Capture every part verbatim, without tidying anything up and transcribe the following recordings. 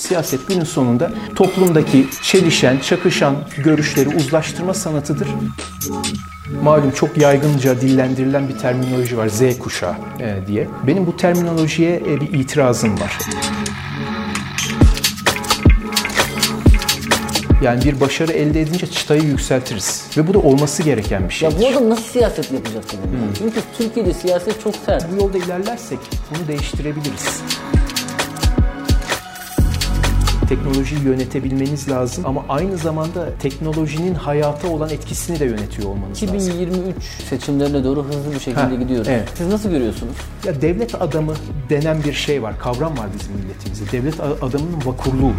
Siyaset günün sonunda toplumdaki çelişen, çakışan görüşleri uzlaştırma sanatıdır. Malum çok yaygınca dillendirilen bir terminoloji var, Z kuşağı e, diye. Benim bu terminolojiye e, bir itirazım var. Yani bir başarı elde edince çıtayı yükseltiriz. Ve bu da olması gereken bir şey. Ya bu adam nasıl siyaset yapacak? Hmm. Çünkü Türkiye'de siyaset çok sert. Bu yolda ilerlersek bunu değiştirebiliriz. Teknolojiyi yönetebilmeniz lazım ama aynı zamanda teknolojinin hayata olan etkisini de yönetiyor olmanız iki bin yirmi üç lazım. seçimlerine doğru hızlı bir şekilde ha, gidiyoruz. Evet. Siz nasıl görüyorsunuz? Ya devlet adamı denen bir şey var, kavram var bizim milletimizde. Devlet adamının vakurluğu.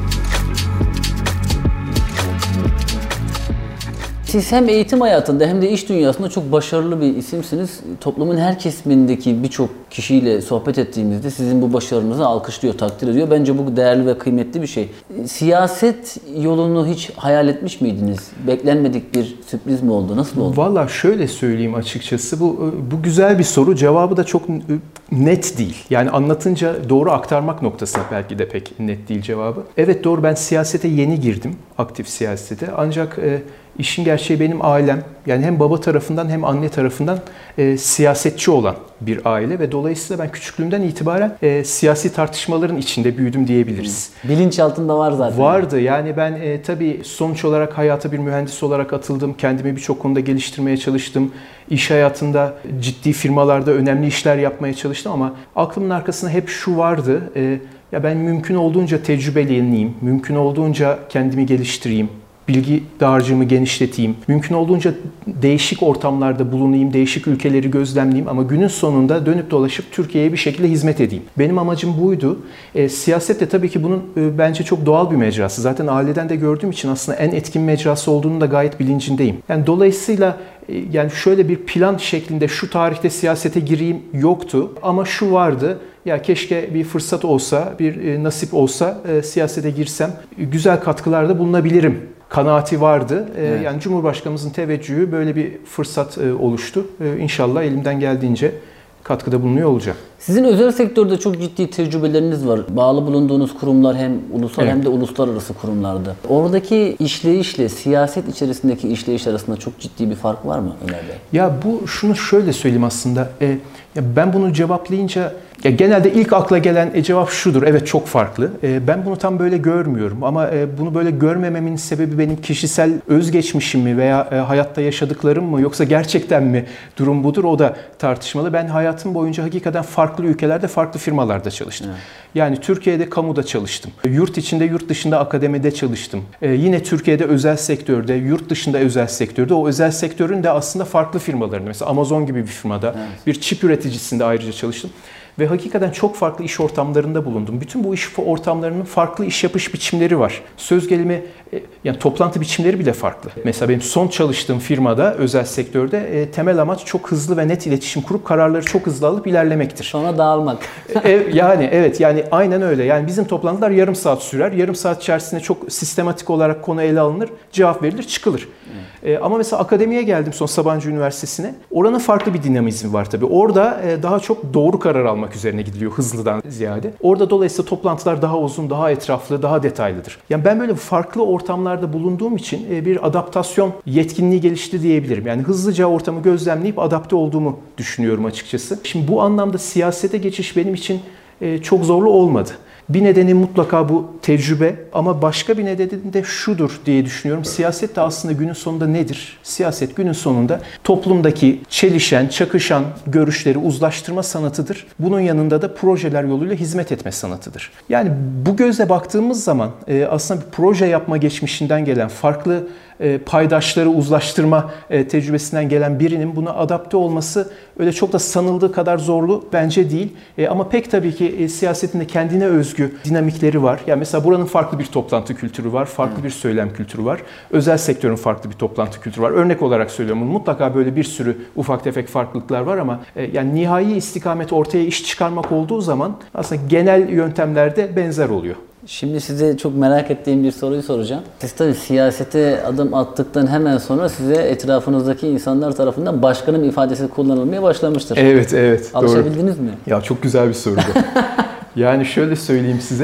Siz hem eğitim hayatında hem de iş dünyasında çok başarılı bir isimsiniz. Toplumun her kesimindeki birçok kişiyle sohbet ettiğimizde sizin bu başarınızı alkışlıyor, takdir ediyor. Bence bu değerli ve kıymetli bir şey. Siyaset yolunu hiç hayal etmiş miydiniz? Beklenmedik bir sürpriz mi oldu? Nasıl oldu? Valla şöyle söyleyeyim açıkçası. Bu, bu güzel bir soru. Cevabı da çok net değil. Yani anlatınca doğru aktarmak noktasına belki de pek net değil cevabı. Evet doğru, ben siyasete yeni girdim. Aktif siyasete. Ancak e, İşin gerçeği benim ailem, yani hem baba tarafından hem anne tarafından e, siyasetçi olan bir aile ve dolayısıyla ben küçüklüğümden itibaren e, siyasi tartışmaların içinde büyüdüm diyebiliriz. Bilinçaltında var zaten. Vardı. Yani ben e, tabii sonuç olarak hayata bir mühendis olarak atıldım. Kendimi birçok konuda geliştirmeye çalıştım. İş hayatında ciddi firmalarda önemli işler yapmaya çalıştım ama aklımın arkasında hep şu vardı. E, ya ben mümkün olduğunca tecrübeleneyim, mümkün olduğunca kendimi geliştireyim. Bilgi dağarcığımı genişleteyim, mümkün olduğunca değişik ortamlarda bulunayım, değişik ülkeleri gözlemleyeyim ama günün sonunda dönüp dolaşıp Türkiye'ye bir şekilde hizmet edeyim. Benim amacım buydu. E, siyaset de tabii ki bunun e, bence çok doğal bir mecrası. Zaten aileden de gördüğüm için aslında en etkin mecrası olduğunu da gayet bilincindeyim. Yani dolayısıyla e, yani şöyle bir plan şeklinde şu tarihte siyasete gireyim yoktu ama şu vardı. Ya keşke bir fırsat olsa, bir e, nasip olsa e, siyasete girsem, güzel katkılarda bulunabilirim kanaati vardı. Evet. Yani Cumhurbaşkanımızın teveccühü böyle bir fırsat oluştu. İnşallah elimden geldiğince katkıda bulunuyor olacak. Sizin özel sektörde çok ciddi tecrübeleriniz var. Bağlı bulunduğunuz kurumlar hem ulusal evet. hem de uluslararası kurumlarda. Oradaki işleyişle siyaset içerisindeki işleyiş arasında çok ciddi bir fark var mı Ömer Bey? Ya bu şunu şöyle söyleyeyim aslında. E, ya ben bunu cevaplayınca ya genelde ilk akla gelen e, cevap şudur. Evet çok farklı. E, ben bunu tam böyle görmüyorum ama e, bunu böyle görmememin sebebi benim kişisel özgeçmişim mi veya e, hayatta yaşadıklarım mı yoksa gerçekten mi durum budur, o da tartışmalı. Ben hayatım boyunca hakikaten farklı ülkelerde, farklı firmalarda çalıştım. Evet. Yani Türkiye'de kamuda çalıştım. Yurt içinde, yurt dışında akademide çalıştım. Ee, yine Türkiye'de özel sektörde, yurt dışında özel sektörde. O özel sektörün de aslında farklı firmalarında. Mesela Amazon gibi bir firmada, evet. bir çip üreticisinde ayrıca çalıştım. Ve hakikaten çok farklı iş ortamlarında bulundum. Bütün bu iş ortamlarının farklı iş yapış biçimleri var. Söz gelimi yani toplantı biçimleri bile farklı. Mesela benim son çalıştığım firmada, özel sektörde e, temel amaç çok hızlı ve net iletişim kurup kararları çok hızlı alıp ilerlemektir. Sonra dağılmak. e, yani evet yani aynen öyle. Yani bizim toplantılar yarım saat sürer. Yarım saat içerisinde çok sistematik olarak konu ele alınır, cevap verilir, çıkılır. Hmm. E, ama mesela akademiye geldim son Sabancı Üniversitesi'ne. Oranın farklı bir dinamizmi var tabii. Orada e, daha çok doğru karar almak üzerine gidiliyor hızlıdan ziyade. Orada dolayısıyla toplantılar daha uzun, daha etraflı, daha detaylıdır. Yani ben böyle farklı ortamlarda bulunduğum için bir adaptasyon yetkinliği gelişti diyebilirim. Yani hızlıca ortamı gözlemleyip adapte olduğumu düşünüyorum açıkçası. Şimdi bu anlamda siyasete geçiş benim için çok zorlu olmadı. Bir nedeni mutlaka bu tecrübe ama başka bir nedeni de şudur diye düşünüyorum. Siyaset de aslında günün sonunda nedir? Siyaset günün sonunda toplumdaki çelişen, çakışan görüşleri uzlaştırma sanatıdır. Bunun yanında da projeler yoluyla hizmet etme sanatıdır. Yani bu gözle baktığımız zaman aslında bir proje yapma geçmişinden gelen farklı paydaşları uzlaştırma tecrübesinden gelen birinin buna adapte olması öyle çok da sanıldığı kadar zorlu bence değil. Ama pek tabii ki siyasetin de kendine özgü dinamikleri var. Yani mesela buranın farklı bir toplantı kültürü var, farklı hmm. bir söylem kültürü var. Özel sektörün farklı bir toplantı kültürü var. Örnek olarak söylüyorum, mutlaka böyle bir sürü ufak tefek farklılıklar var ama yani nihai istikamet ortaya iş çıkarmak olduğu zaman aslında genel yöntemlerde benzer oluyor. Şimdi size çok merak ettiğim bir soruyu soracağım. Siz tabii siyasete adım attıktan hemen sonra size etrafınızdaki insanlar tarafından başkanım ifadesi kullanılmaya başlamıştır. Evet, evet. Alışabildiniz doğru. mi? Ya çok güzel bir soru bu. Yani şöyle söyleyeyim size.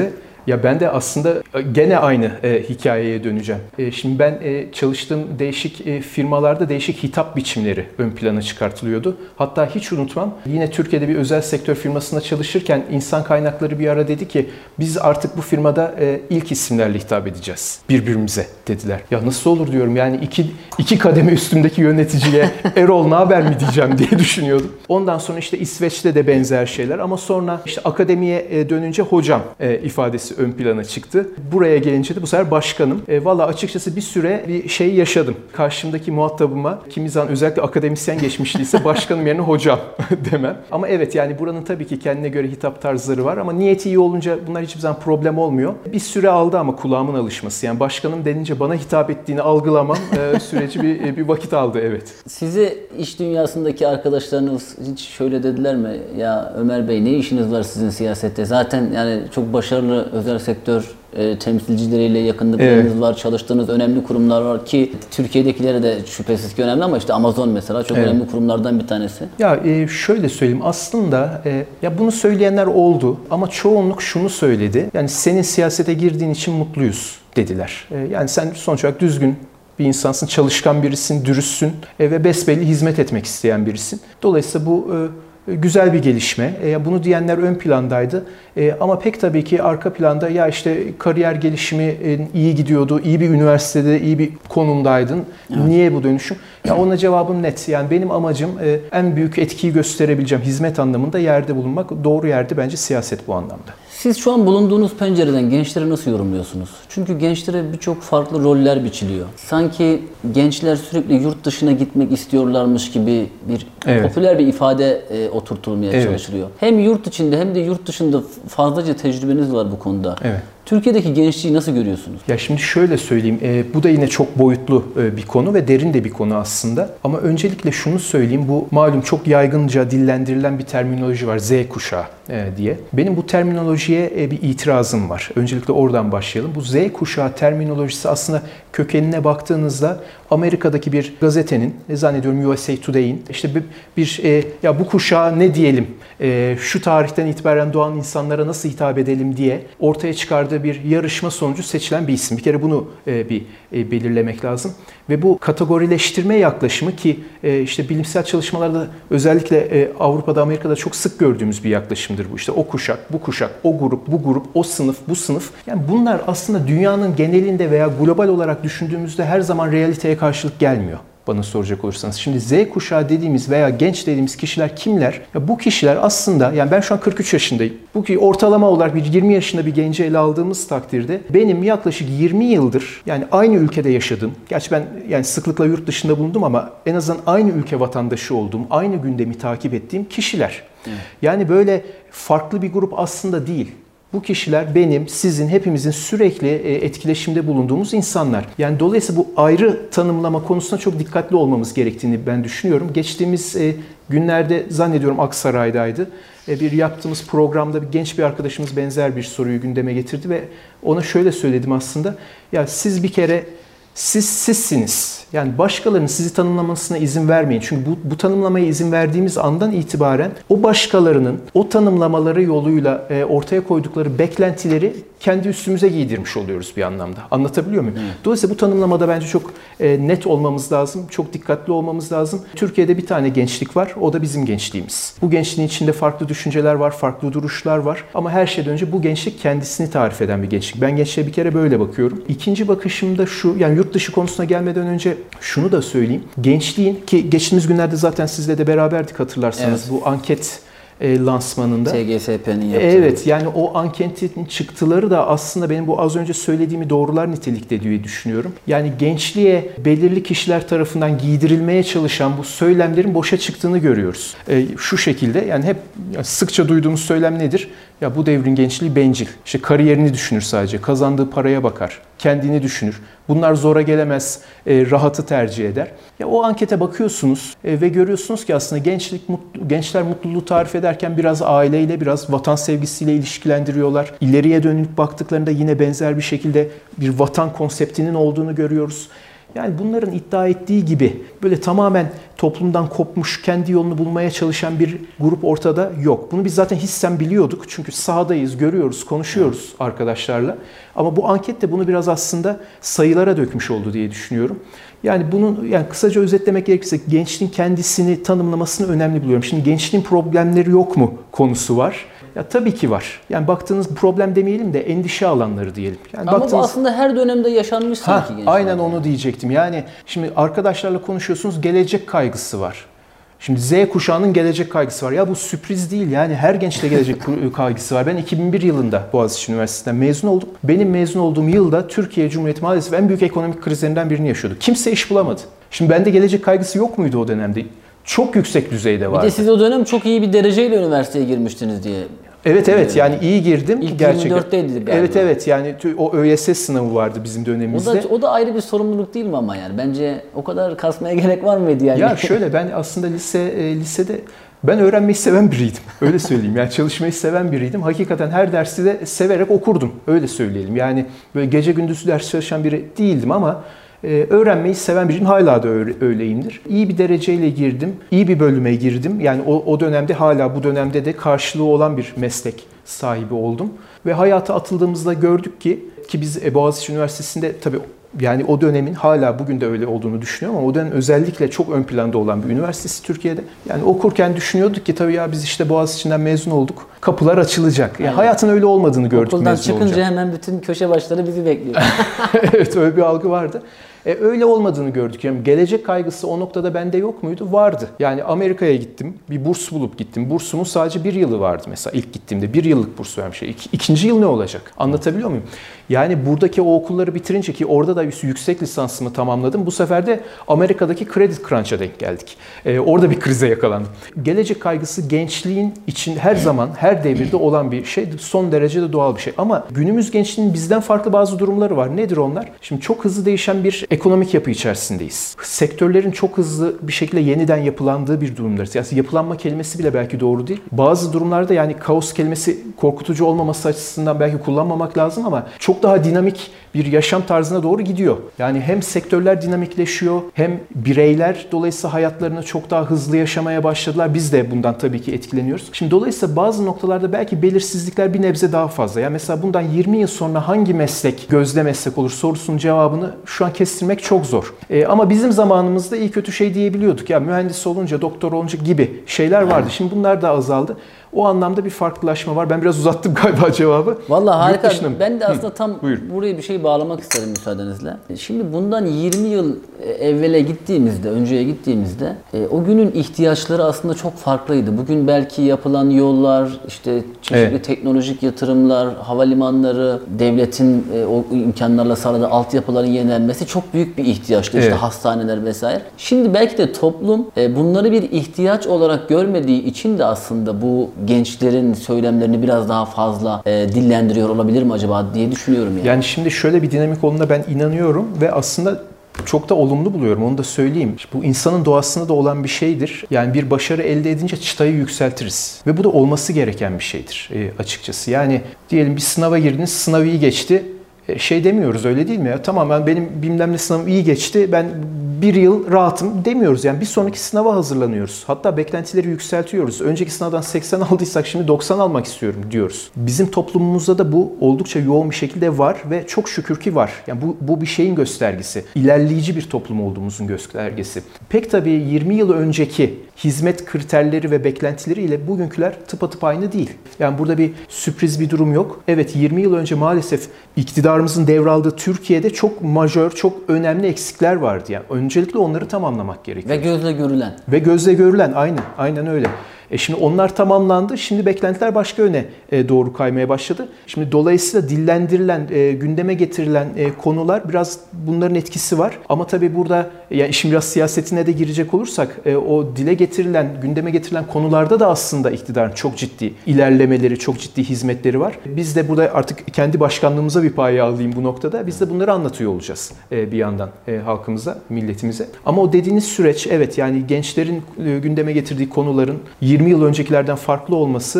Ya ben de aslında gene aynı e, hikayeye döneceğim. E, şimdi ben e, çalıştığım değişik e, firmalarda değişik hitap biçimleri ön plana çıkartılıyordu. Hatta hiç unutmam, yine Türkiye'de bir özel sektör firmasında çalışırken insan kaynakları bir ara dedi ki biz artık bu firmada e, ilk isimlerle hitap edeceğiz birbirimize dediler. Ya nasıl olur diyorum, yani iki, iki kademe üstümdeki yöneticiye Erol ne haber mi diyeceğim diye düşünüyordum. Ondan sonra işte İsveç'te de benzer şeyler ama sonra işte akademiye dönünce hocam e, ifadesi ön plana çıktı. Buraya gelince de bu sefer başkanım. E, Valla açıkçası bir süre bir şey yaşadım. Karşımdaki muhatabıma kimi zaman özellikle akademisyen geçmişliyse başkanım yerine hocam demem. Ama evet, yani buranın tabii ki kendine göre hitap tarzları var ama niyeti iyi olunca bunlar hiçbir zaman problem olmuyor. Bir süre aldı ama kulağımın alışması. Yani başkanım denince bana hitap ettiğini algılamam e, süreci bir, bir vakit aldı, evet. Size iş dünyasındaki arkadaşlarınız hiç şöyle dediler mi? Ya Ömer Bey, ne işiniz var sizin siyasette? Zaten yani çok başarılı özel sektör e, temsilcileriyle yakınlıklarınız evet. var. Çalıştığınız önemli kurumlar var ki Türkiye'dekilere de şüphesiz ki önemli ama işte Amazon mesela çok evet. önemli kurumlardan bir tanesi. Ya e, şöyle söyleyeyim, aslında e, ya bunu söyleyenler oldu ama çoğunluk şunu söyledi. Yani senin siyasete girdiğin için mutluyuz dediler. E, yani sen sonuç olarak düzgün bir insansın, çalışkan birisin, dürüstsün e, ve besbelli hizmet etmek isteyen birisin. Dolayısıyla bu e, güzel bir gelişme. E, bunu diyenler ön plandaydı. E, ama pek tabii ki arka planda ya işte kariyer gelişimi e, iyi gidiyordu, iyi bir üniversitede, iyi bir konumdaydın. Evet. Niye bu dönüşüm? Ya ona cevabım net. Yani benim amacım e, en büyük etkiyi gösterebileceğim hizmet anlamında yerde bulunmak. Doğru yerde bence siyaset bu anlamda. Siz şu an bulunduğunuz pencereden gençleri nasıl yorumluyorsunuz? Çünkü gençlere birçok farklı roller biçiliyor. Sanki gençler sürekli yurt dışına gitmek istiyorlarmış gibi bir evet. popüler bir ifade e, oturtulmaya evet. çalışılıyor. Hem yurt içinde hem de yurt dışında fazlaca tecrübeniz var bu konuda. Evet. Türkiye'deki gençliği nasıl görüyorsunuz? Ya şimdi şöyle söyleyeyim, e, bu da yine çok boyutlu e, bir konu ve derin de bir konu aslında. Ama öncelikle şunu söyleyeyim, bu malum çok yaygınca dillendirilen bir terminoloji var, Z kuşağı e, diye. Benim bu terminolojiye e, bir itirazım var. Öncelikle oradan başlayalım. Bu Z kuşağı terminolojisi aslında kökenine baktığınızda Amerika'daki bir gazetenin, ne zannediyorum U S A Today'in, işte bir, bir e, ya bu kuşağa ne diyelim, e, şu tarihten itibaren doğan insanlara nasıl hitap edelim diye ortaya çıkardığı bir yarışma sonucu seçilen bir isim. Bir kere bunu e, bir e, belirlemek lazım. Ve bu kategorileştirme yaklaşımı ki e, işte bilimsel çalışmalarda özellikle e, Avrupa'da, Amerika'da çok sık gördüğümüz bir yaklaşımdır bu. İşte o kuşak, bu kuşak, o grup, bu grup, o sınıf, bu sınıf. Yani bunlar aslında dünyanın genelinde veya global olarak düşündüğümüzde her zaman realiteye karşılık gelmiyor. Bana soracak olursanız. Şimdi Z kuşağı dediğimiz veya genç dediğimiz kişiler kimler? Ya bu kişiler aslında, yani ben şu an kırk üç yaşındayım. Bu ki ortalama olarak bir yirmi yaşında bir genci ele aldığımız takdirde benim yaklaşık yirmi yıldır yani aynı ülkede yaşadım. Gerçi ben yani sıklıkla yurt dışında bulundum ama en azından aynı ülke vatandaşı olduğum, aynı gündemi takip ettiğim kişiler. Evet. Yani böyle farklı bir grup aslında değil. Bu kişiler benim, sizin, hepimizin sürekli etkileşimde bulunduğumuz insanlar. Yani dolayısıyla bu ayrı tanımlama konusunda çok dikkatli olmamız gerektiğini ben düşünüyorum. Geçtiğimiz günlerde zannediyorum Aksaray'daydı. Bir yaptığımız programda bir genç bir arkadaşımız benzer bir soruyu gündeme getirdi ve ona şöyle söyledim aslında. Ya siz bir kere siz sizsiniz. Yani başkalarının sizi tanımlamasına izin vermeyin. Çünkü bu, bu tanımlamaya izin verdiğimiz andan itibaren o başkalarının o tanımlamaları yoluyla e, ortaya koydukları beklentileri kendi üstümüze giydirmiş oluyoruz bir anlamda. Anlatabiliyor muyum? Evet. Dolayısıyla bu tanımlamada bence çok e, net olmamız lazım. Çok dikkatli olmamız lazım. Türkiye'de bir tane gençlik var. O da bizim gençliğimiz. Bu gençliğin içinde farklı düşünceler var, farklı duruşlar var. Ama her şeyden önce bu gençlik kendisini tarif eden bir gençlik. Ben gençliğe bir kere böyle bakıyorum. İkinci bakışım da şu, yani yurt dışı konusuna gelmeden önce şunu da söyleyeyim. Gençliğin, ki geçtiğimiz günlerde zaten sizle de beraberdik hatırlarsanız, evet. bu anket e, lansmanında. T G S P'nin yaptığı. Evet, yani o anketin çıktıları da aslında benim bu az önce söylediğimi doğrular nitelikte diye düşünüyorum. Yani gençliğe belirli kişiler tarafından giydirilmeye çalışan bu söylemlerin boşa çıktığını görüyoruz. E, şu şekilde, yani hep yani sıkça duyduğumuz söylem nedir? Ya bu devrin gençliği bencil. İşte kariyerini düşünür sadece, kazandığı paraya bakar, kendini düşünür. Bunlar zora gelemez, e, rahatı tercih eder. Ya o ankete bakıyorsunuz e, ve görüyorsunuz ki aslında gençlik mutlu, gençler mutluluğu tarif ederken biraz aileyle, biraz vatan sevgisiyle ilişkilendiriyorlar. İleriye dönük baktıklarında yine benzer bir şekilde bir vatan konseptinin olduğunu görüyoruz. Yani bunların iddia ettiği gibi böyle tamamen toplumdan kopmuş, kendi yolunu bulmaya çalışan bir grup ortada yok. Bunu biz zaten hissen biliyorduk. Çünkü sahadayız, görüyoruz, konuşuyoruz arkadaşlarla. Ama bu anket de bunu biraz aslında sayılara dökmüş oldu diye düşünüyorum. Yani bunun yani kısaca özetlemek gerekirse gençliğin kendisini tanımlamasını önemli buluyorum. Şimdi gençliğin problemleri yok mu konusu var. Ya tabii ki var. Yani baktığınız problem demeyelim de endişe alanları diyelim. Yani Ama baktığınız... bu aslında her dönemde yaşanmış sanki gençler. Aynen onu diyecektim. Yani şimdi arkadaşlarla konuşuyorsunuz, gelecek kaygısı var. Şimdi Z kuşağının gelecek kaygısı var. Ya bu sürpriz değil. Yani her gençte gelecek kaygısı var. Ben iki bin bir yılında Boğaziçi Üniversitesi'nden mezun oldum. Benim mezun olduğum yılda Türkiye Cumhuriyeti maalesef en büyük ekonomik krizlerinden birini yaşıyordu. Kimse iş bulamadı. Şimdi bende gelecek kaygısı yok muydu o dönemde? Çok yüksek düzeyde vardı. Bir de siz o dönem çok iyi bir dereceyle üniversiteye girmiştiniz diye. Evet evet yani iyi girdim. İlk gerçekten. yirmi dörtteydi galiba. Evet evet yani o ÖYS sınavı vardı bizim dönemimizde. O da, o da ayrı bir sorumluluk değil mi ama yani? Bence o kadar kasmaya gerek var mıydı yani? Ya şöyle ben aslında lise e, lisede ben öğrenmeyi seven biriydim. Öyle söyleyeyim. Yani çalışmayı seven biriydim. Hakikaten her dersi de severek okurdum. Öyle söyleyelim. Yani böyle gece gündüz ders çalışan biri değildim ama Ee, öğrenmeyi seven biriyim. Hala da öyleyimdir. İyi bir dereceyle girdim. İyi bir bölüme girdim. Yani o, o dönemde hala bu dönemde de karşılığı olan bir meslek sahibi oldum. Ve hayata atıldığımızda gördük ki ki biz Boğaziçi Üniversitesi'nde tabii yani o dönemin hala bugün de öyle olduğunu düşünüyorum ama o dönem özellikle çok ön planda olan bir üniversitesi Türkiye'de. Yani okurken düşünüyorduk ki tabii ya biz işte Boğaziçi'nden mezun olduk. Kapılar açılacak. Yani hayatın öyle olmadığını gördük Okuldan mezun çıkınca olunca. hemen bütün köşe başları bizi bekliyor. Evet öyle bir algı vardı. E, öyle olmadığını gördük. Yani gelecek kaygısı o noktada bende yok muydu? Vardı. Yani Amerika'ya gittim. Bir burs bulup gittim. Bursumun sadece bir yılı vardı mesela ilk gittiğimde. Bir yıllık burs vermiş. İk, ikinci yıl ne olacak? Anlatabiliyor muyum? Yani buradaki o okulları bitirince ki orada da yüksek lisansımı tamamladım. Bu sefer de Amerika'daki Credit Crunch'a denk geldik. E, orada bir krize yakalandım. Gelecek kaygısı gençliğin için her zaman, her devirde olan bir şey. Son derece de doğal bir şey. Ama günümüz gençliğinin bizden farklı bazı durumları var. Nedir onlar? Şimdi çok hızlı değişen bir ekonomik yapı içerisindeyiz. Sektörlerin çok hızlı bir şekilde yeniden yapılandığı bir durumdayız. Yani yapılanma kelimesi bile belki doğru değil. Bazı durumlarda yani kaos kelimesi korkutucu olmaması açısından belki kullanmamak lazım ama çok daha dinamik bir yaşam tarzına doğru gidiyor. Yani hem sektörler dinamikleşiyor hem bireyler dolayısıyla hayatlarını çok daha hızlı yaşamaya başladılar. Biz de bundan tabii ki etkileniyoruz. Şimdi dolayısıyla bazı noktalarda belki belirsizlikler bir nebze daha fazla. Yani mesela bundan yirmi yıl sonra hangi meslek gözde meslek olur sorusunun cevabını şu an kestirmek çok zor. E, ama bizim zamanımızda iyi kötü şey diyebiliyorduk. Ya mühendis olunca, doktor olunca gibi şeyler vardı. Şimdi bunlar da azaldı. O anlamda bir farklılaşma var. Ben biraz uzattım galiba cevabı. Vallahi harika. Ben de aslında tam Buyur. buraya bir şey bağlamak isterim müsaadenizle. Şimdi bundan yirmi yıl evvele gittiğimizde, önceye gittiğimizde o günün ihtiyaçları aslında çok farklıydı. Bugün belki yapılan yollar, işte çeşitli evet. teknolojik yatırımlar, havalimanları, devletin o imkanlarla sağladığı altyapıların yenilenmesi çok büyük bir ihtiyaçtı. Evet. İşte hastaneler vesaire. Şimdi belki de toplum bunları bir ihtiyaç olarak görmediği için de aslında bu gençlerin söylemlerini biraz daha fazla e, dillendiriyor olabilir mi acaba diye düşünüyorum yani. Yani şimdi şöyle bir dinamik olduğuna ben inanıyorum ve aslında çok da olumlu buluyorum. Onu da söyleyeyim. Bu insanın doğasında da olan bir şeydir. Yani bir başarı elde edince çıtayı yükseltiriz. Ve bu da olması gereken bir şeydir e, açıkçası. Yani diyelim bir sınava girdiniz, sınav iyi geçti. E, şey demiyoruz öyle değil mi? Ya, tamam ben benim bilmem ne sınavım iyi geçti. Ben bir yıl rahatım demiyoruz. Yani bir sonraki sınava hazırlanıyoruz. Hatta beklentileri yükseltiyoruz. Önceki sınavdan seksen aldıysak şimdi doksan almak istiyorum diyoruz. Bizim toplumumuzda da bu oldukça yoğun bir şekilde var ve çok şükür ki var. Yani bu, bu bir şeyin göstergesi. İlerleyici bir toplum olduğumuzun göstergesi. Pek tabii yirmi yıl önceki hizmet kriterleri ve beklentileriyle bugünküler tıpatıp aynı değil. Yani burada bir sürpriz bir durum yok. Evet yirmi yıl önce maalesef iktidarımızın devraldığı Türkiye'de çok majör, çok önemli eksikler vardı. Yani öncelikle onları tamamlamak gerekiyor. Ve gözle görülen. Ve gözle görülen, aynen, aynen öyle. E şimdi onlar tamamlandı. Şimdi beklentiler başka yöne doğru kaymaya başladı. Şimdi dolayısıyla dillendirilen, gündeme getirilen konular biraz bunların etkisi var. Ama tabii burada yani işin biraz siyasetine de girecek olursak o dile getirilen, gündeme getirilen konularda da aslında iktidarın çok ciddi ilerlemeleri, çok ciddi hizmetleri var. Biz de burada artık kendi başkanlığımıza bir pay alayım bu noktada. Biz de bunları anlatıyor olacağız bir yandan halkımıza, milletimize. Ama o dediğiniz süreç evet yani gençlerin gündeme getirdiği konuların yirmi yıl öncekilerden farklı olması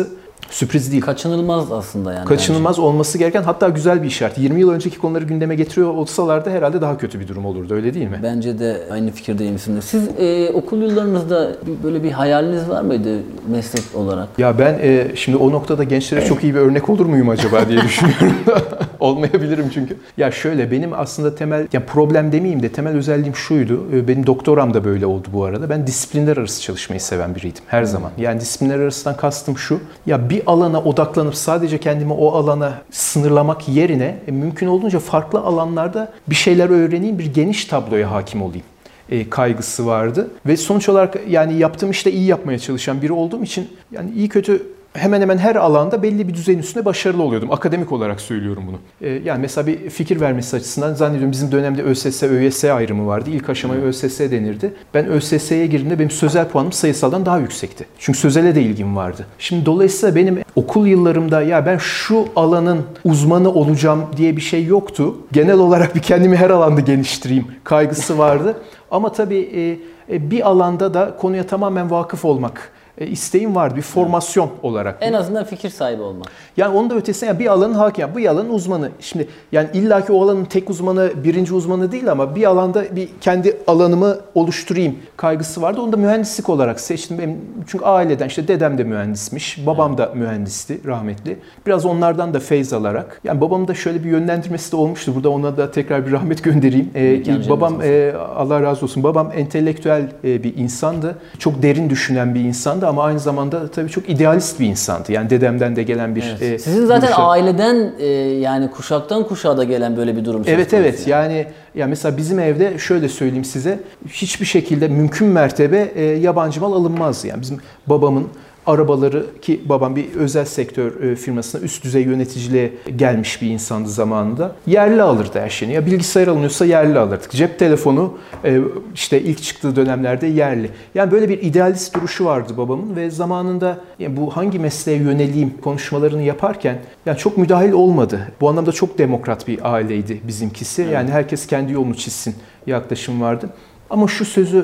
Sürpriz değil. Kaçınılmaz aslında yani. Kaçınılmaz bence. olması gereken, hatta güzel bir işaret. yirmi yıl önceki konuları gündeme getiriyor olsalardı herhalde daha kötü bir durum olurdu, öyle değil mi? Bence de aynı fikirdeyim sizinle. Siz e, okul yıllarınızda böyle bir hayaliniz var mıydı meslek olarak? Ya ben e, şimdi o noktada gençlere çok iyi bir örnek olur muyum acaba diye düşünüyorum. Olmayabilirim çünkü. Ya şöyle, benim aslında temel, yani problem demeyeyim de temel özelliğim şuydu. Benim doktoram da böyle oldu bu arada. Ben disiplinler arası çalışmayı seven biriydim her hmm. zaman. Yani disiplinler arasından kastım şu. Ya bir alana odaklanıp sadece kendimi o alana sınırlamak yerine e, mümkün olduğunca farklı alanlarda bir şeyler öğreneyim, bir geniş tabloya hakim olayım e, kaygısı vardı. Ve sonuç olarak yani yaptığım işte iyi yapmaya çalışan biri olduğum için yani iyi kötü hemen hemen her alanda belli bir düzeyin üstünde başarılı oluyordum. Akademik olarak söylüyorum bunu. Ee, yani mesela bir fikir vermesi açısından zannediyorum bizim dönemde ÖSS, ÖYS ayrımı vardı. İlk aşamaya ÖSS denirdi. Ben ÖSS'ye girdiğimde benim sözel puanım sayısaldan daha yüksekti. Çünkü sözele de ilgim vardı. Şimdi dolayısıyla benim okul yıllarımda ya ben şu alanın uzmanı olacağım diye bir şey yoktu. Genel olarak bir kendimi her alanda geliştireyim kaygısı vardı. Ama tabii e, bir alanda da konuya tamamen vakıf olmak E, isteğim vardı, bir formasyon olarak. En azından fikir sahibi olmak. Yani onun da ötesine yani bir alanın hakim, yani bu alanın uzmanı. Şimdi yani illaki o alanın tek uzmanı, birinci uzmanı değil ama bir alanda bir kendi alanımı oluşturayım kaygısı vardı. Onu da mühendislik olarak seçtim. Benim, çünkü aileden işte dedem de mühendismiş, babam evet. da mühendisti rahmetli. Biraz onlardan da feyz alarak. Yani babamın da şöyle bir yönlendirmesi de olmuştu. Burada ona da tekrar bir rahmet göndereyim. Ee, babam e, Allah razı olsun. Babam entelektüel e, bir insandı. Çok derin düşünen bir insandı. Ama aynı zamanda tabii çok idealist bir insandı. Yani dedemden de gelen bir... Evet. E, Sizin zaten duruşa... aileden e, yani kuşaktan kuşağa da gelen böyle bir durum. Evet evet yani. yani ya mesela bizim evde şöyle söyleyeyim size, hiçbir şekilde mümkün mertebe e, yabancı mal alınmazdı. Yani bizim babamın arabaları, ki babam bir özel sektör firmasına üst düzey yöneticiliğe gelmiş bir insandı zamanında. Yerli alırdı her şeyini. Ya bilgisayar alınıyorsa yerli alırdık. Cep telefonu işte ilk çıktığı dönemlerde yerli. Yani böyle bir idealist duruşu vardı babamın ve zamanında yani bu hangi mesleğe yöneleyim konuşmalarını yaparken yani çok müdahil olmadı. Bu anlamda çok demokrat bir aileydi bizimkisi. Yani herkes kendi yolunu çizsin yaklaşım vardı. Ama şu sözünü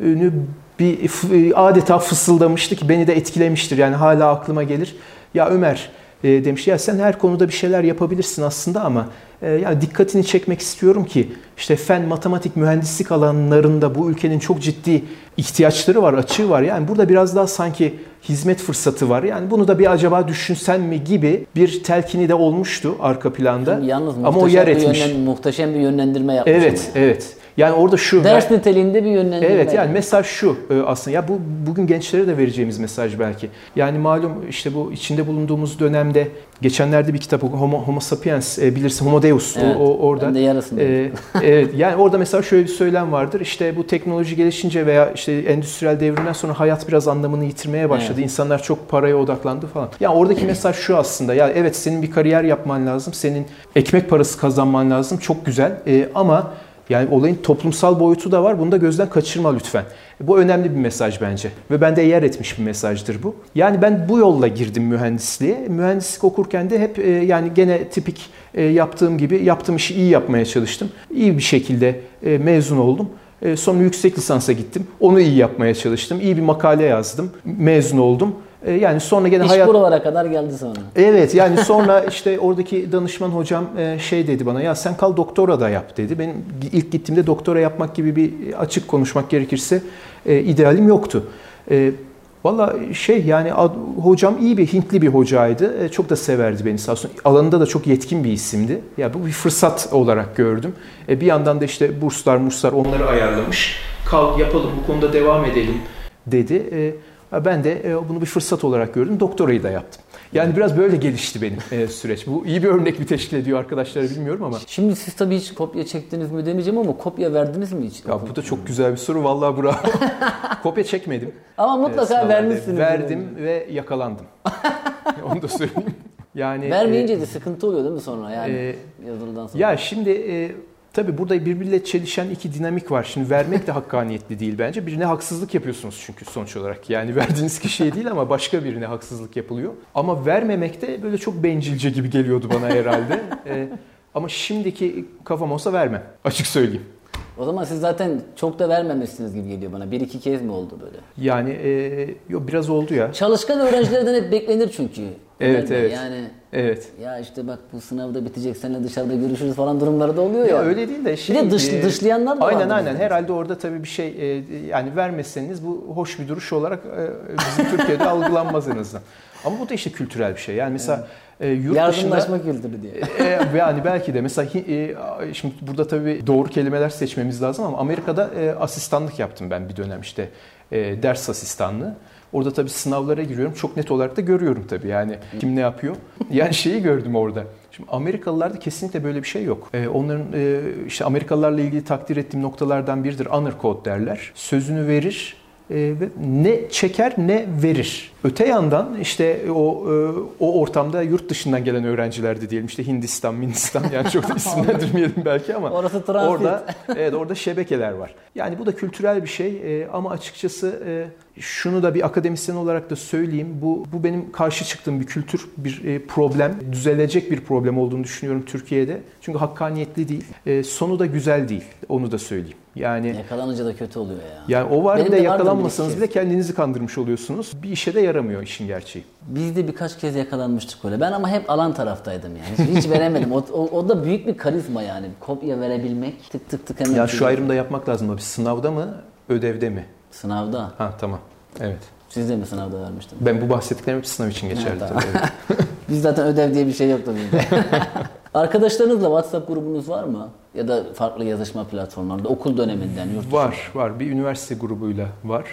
bir adeta fısıldamıştı ki beni de etkilemiştir. Yani hala aklıma gelir. Ya Ömer e, demiş ya sen her konuda bir şeyler yapabilirsin aslında ama e, yani dikkatini çekmek istiyorum ki işte fen, matematik, mühendislik alanlarında bu ülkenin çok ciddi ihtiyaçları var, açığı var. Yani burada biraz daha sanki hizmet fırsatı var. Yani bunu da bir acaba düşünsen mi gibi bir telkini de olmuştu arka planda. Yalnız ama o yer etmiş. Yönlen, muhteşem bir yönlendirme yapmış. Evet, yani. evet. Yani orada şu... Ders niteliğinde bir yönlendirme. Evet yani mesaj şu aslında. Ya bu bugün gençlere de vereceğimiz mesaj belki. Yani malum işte bu içinde bulunduğumuz dönemde geçenlerde bir kitap Homo, Homo Sapiens bilirsin, Homo Deus evet, o, orada. Ben de yarısındayım. E, evet yani orada mesela şöyle bir söylem vardır. İşte bu teknoloji gelişince veya işte endüstriyel devrimden sonra hayat biraz anlamını yitirmeye başladı. Evet. İnsanlar çok paraya odaklandı falan. Ya yani oradaki mesaj şu aslında. Ya evet senin bir kariyer yapman lazım. Senin ekmek parası kazanman lazım. Çok güzel. E, ama yani olayın toplumsal boyutu da var. Bunu da gözden kaçırma lütfen. Bu önemli bir mesaj bence. Ve bende yer etmiş bir mesajdır bu. Yani ben bu yolla girdim mühendisliğe. Mühendislik okurken de hep yani gene tipik yaptığım gibi yaptığım işi iyi yapmaya çalıştım. İyi bir şekilde mezun oldum. Sonra yüksek lisansa gittim. Onu iyi yapmaya çalıştım. İyi bir makale yazdım. Mezun oldum. Yani sonra gene İş hayat... buralara kadar geldi sonra. Evet yani sonra işte oradaki danışman hocam şey dedi bana, ya sen kal doktora da yap dedi. Benim ilk gittiğimde doktora yapmak gibi bir, açık konuşmak gerekirse idealim yoktu. Valla şey yani hocam iyi bir Hintli bir hocaydı. Çok da severdi beni sağ olsun. Alanında da çok yetkin bir isimdi. Ya bu bir fırsat olarak gördüm. Bir yandan da işte burslar, murslar onları ayarlamış. Kal yapalım bu konuda devam edelim dedi. Ben de bunu bir fırsat olarak gördüm. Doktorayı da yaptım. Yani biraz böyle gelişti benim süreç. Bu iyi bir örnek mi teşkil ediyor arkadaşlar bilmiyorum ama. Şimdi siz tabii hiç kopya çektiniz mi demeyeceğim ama kopya verdiniz mi hiç? Ya bu da çok güzel bir soru. Vallahi bravo. Kopya çekmedim. Ama mutlaka vermişsiniz. Verdim ve yakalandım. Onu da söyleyeyim. Yani vermeyince e, de sıkıntı oluyor değil mi sonra yani e, yazılıdan sonra? Ya şimdi e, tabii burada birbiriyle çelişen iki dinamik var. Şimdi vermek de hakkaniyetli değil bence. Birine haksızlık yapıyorsunuz çünkü sonuç olarak. Yani verdiğiniz kişiye değil ama başka birine haksızlık yapılıyor. Ama vermemek de böyle çok bencilce gibi geliyordu bana herhalde. ee, ama şimdiki kafam olsa vermem. Açık söyleyeyim. O zaman siz zaten çok da vermemişsiniz gibi geliyor bana. Bir iki kez mi oldu böyle? Yani e, yok biraz oldu ya. Çalışkan öğrencilerden hep beklenir çünkü. Evet, evet. Yani evet. ya işte bak bu sınavda bitecek, seninle dışarıda görüşürüz falan durumları da oluyor ya. ya. Öyle değil de şey. Bir de dış, e, dışlayanlar da var. Aynen aynen. Herhalde orada tabii bir şey e, yani vermezseniz bu hoş bir duruş olarak e, bizim Türkiye'de algılanmaz en azından. Ama bu da işte kültürel bir şey. Yani mesela e, yurt yardımlaşma dışında kültürü diye. e, yani belki de mesela e, şimdi burada tabii doğru kelimeler seçmemiz lazım ama Amerika'da e, asistanlık yaptım ben bir dönem işte e, ders asistanlığı. Orada tabii sınavlara giriyorum. Çok net olarak da görüyorum tabii yani kim ne yapıyor. Yani şeyi gördüm orada. Şimdi Amerikalılarda kesinlikle böyle bir şey yok. Ee, onların e, işte Amerikalılarla ilgili takdir ettiğim noktalardan biridir. Honor code derler. Sözünü verir e, ve ne çeker ne verir. Öte yandan işte o o ortamda yurt dışından gelen öğrenciler de diyelim işte Hindistan, Hindistan yani çok da isimlendirmeyelim belki ama orası transit. Orada evet orada şebekeler var. Yani bu da kültürel bir şey e, ama açıkçası e, şunu da bir akademisyen olarak da söyleyeyim. Bu bu benim karşı çıktığım bir kültür, bir e, problem, düzelecek bir problem olduğunu düşünüyorum Türkiye'de. Çünkü hakkaniyetli değil. E, sonu da güzel değil. Onu da söyleyeyim. Yani yakalanınca da kötü oluyor ya. Yani o var Benim bir de de yakalanmasanız bir bile kendinizi kandırmış oluyorsunuz. Bir işe de yaramıyor işin gerçeği. Biz de birkaç kez yakalanmıştık öyle. Ben ama hep alan taraftaydım yani. Hiç, hiç veremedim. O, o, o da büyük bir karizma yani. Kopya verebilmek. Tık tık tık hemen. Ya şu ayrımda yapmak lazım abi. Sınavda mı, ödevde mi? Sınavda. Ha tamam. Evet. Siz de mi sınavda vermiştiniz? Ben bu bahsettiklerim hep sınav için geçerli. Ha, tabii. tamam. Biz zaten ödev diye bir şey yoktu bizde. Arkadaşlarınızla WhatsApp grubunuz var mı? Ya da farklı yazışma platformlarında okul döneminden yurt dışı. Var, var. Bir üniversite grubuyla var.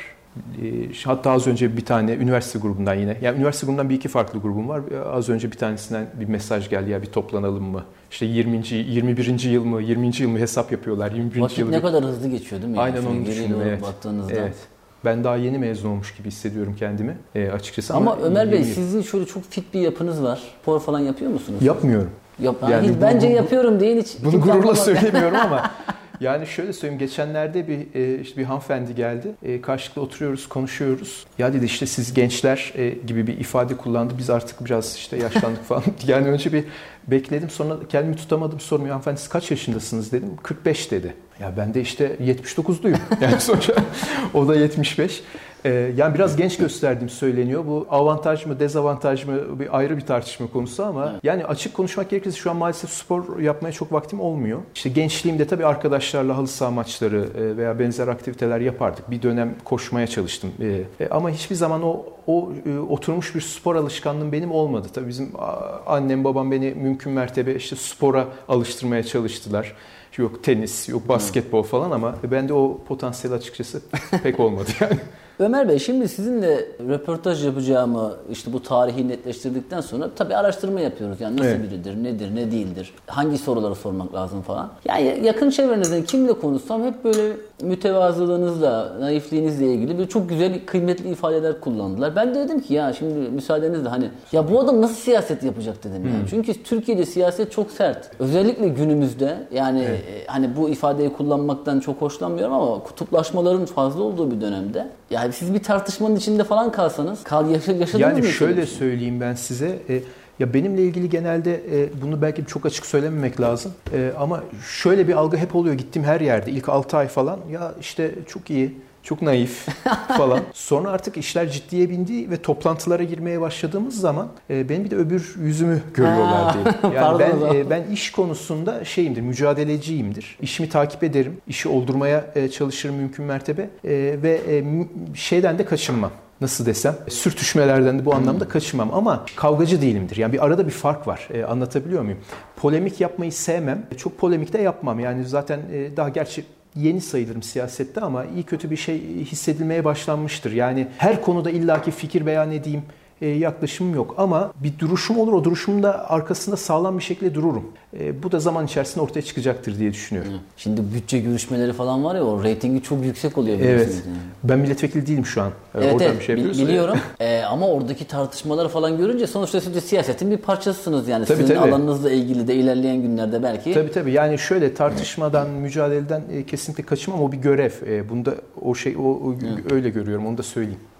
Hatta az önce bir tane üniversite grubundan yine. Yani üniversite grubundan bir iki farklı grubum var. Az önce bir tanesinden bir mesaj geldi ya bir toplanalım mı? İşte yirminci yirmi birinci yıl mı, yirminci yıl mı hesap yapıyorlar. yirmi birinci Vakit yıl ne kadar hızlı geçiyor değil mi? Aynen yani? onu düşündüm. Evet. Baktığınızda. Evet. Ben daha yeni mezun olmuş gibi hissediyorum kendimi e, açıkçası. Ama, ama Ömer Bey yirmi sizin şöyle çok fit bir yapınız var. Spor falan yapıyor musunuz? Yapmıyorum. Yap, Yani hiç, bu, bence bu, yapıyorum deyin hiç. Bunu hiç gururla anlamadım. söylemiyorum ama yani şöyle söyleyeyim geçenlerde bir e, işte bir hanımefendi geldi. E, karşılıklı oturuyoruz, konuşuyoruz. Ya dedi işte siz gençler e, gibi bir ifade kullandı. Biz artık biraz işte yaşlandık falan. Yani önce bir bekledim sonra kendimi tutamadım sormuyor. Hanımefendi siz kaç yaşındasınız dedim. kırk beş dedi. Ya ben de işte yetmiş dokuzluyum. Yani sonuçta o da yetmiş beş. Ee, yani biraz genç gösterdiğim söyleniyor. Bu avantaj mı, dezavantaj mı bir ayrı bir tartışma konusu ama evet. Yani açık konuşmak gerekirse şu an maalesef spor yapmaya çok vaktim olmuyor. İşte gençliğimde tabii arkadaşlarla halı saha maçları veya benzer aktiviteler yapardık. Bir dönem koşmaya çalıştım. Ee, ama hiçbir zaman o o oturmuş bir spor alışkanlığım benim olmadı. Tabii bizim annem babam beni mümkün mertebe işte spora alıştırmaya çalıştılar. Yok tenis, yok basketbol falan ama bende o potansiyel açıkçası pek olmadı yani. Ömer Bey şimdi sizinle röportaj yapacağımı işte bu tarihi netleştirdikten sonra tabii araştırma yapıyoruz. Yani nasıl evet. biridir, nedir, ne değildir, hangi soruları sormak lazım falan. Yani yakın çevrenizden kimle konuşsam hep böyle mütevazılığınızla, naifliğinizle ilgili böyle çok güzel, kıymetli ifadeler kullandılar. Ben de dedim ki ya şimdi müsaadenizle hani ya bu adam nasıl siyaset yapacak dedim yani. Hmm. Çünkü Türkiye'de siyaset çok sert. Özellikle günümüzde yani evet. hani bu ifadeyi kullanmaktan çok hoşlanmıyorum ama kutuplaşmaların fazla olduğu bir dönemde yani siz bir tartışmanın içinde falan kalsanız kal yaşadınız mı? Yani şöyle söyleyeyim ben size. E, ya benimle ilgili genelde e, bunu belki çok açık söylememek lazım. E, ama şöyle bir algı hep oluyor gittiğim her yerde. İlk altı ay falan ya işte çok iyi, çok naif falan. Sonra artık işler ciddiye bindi ve toplantılara girmeye başladığımız zaman e, benim bir de öbür yüzümü görüyorlar diye. Yani ben e, ben iş konusunda şeyimdir, mücadeleciyimdir. İşimi takip ederim, işi oldurmaya e, çalışırım mümkün mertebe e, ve e, şeyden de kaçınmam. Nasıl desem, sürtüşmelerden de bu anlamda kaçınmam ama kavgacı değilimdir. Yani bir arada bir fark var. E, anlatabiliyor muyum? Polemik yapmayı sevmem. Çok polemik de yapmam. Yani zaten e, daha gerçi yeni sayılırım siyasette ama iyi kötü bir şey hissedilmeye başlanmıştır. Yani her konuda illaki fikir beyan edeyim yaklaşımım yok ama bir duruşum olur. O duruşumun da arkasında sağlam bir şekilde dururum. E, bu da zaman içerisinde ortaya çıkacaktır diye düşünüyorum. Şimdi bütçe görüşmeleri falan var ya o reytingi çok yüksek oluyor. Evet. Yani. Ben milletvekili değilim şu an. Evet, Oradan evet bir şey biliyorum. e, ama oradaki tartışmaları falan görünce sonuçta siz de siyasetin bir parçasısınız yani. Tabii, sizin tabii. alanınızla ilgili de ilerleyen günlerde belki. Tabii tabii. Yani şöyle tartışmadan, mücadeleden e, kesinlikle kaçınmam. O bir görev. E, bunda o şey o, o öyle görüyorum. Onu da söyleyeyim.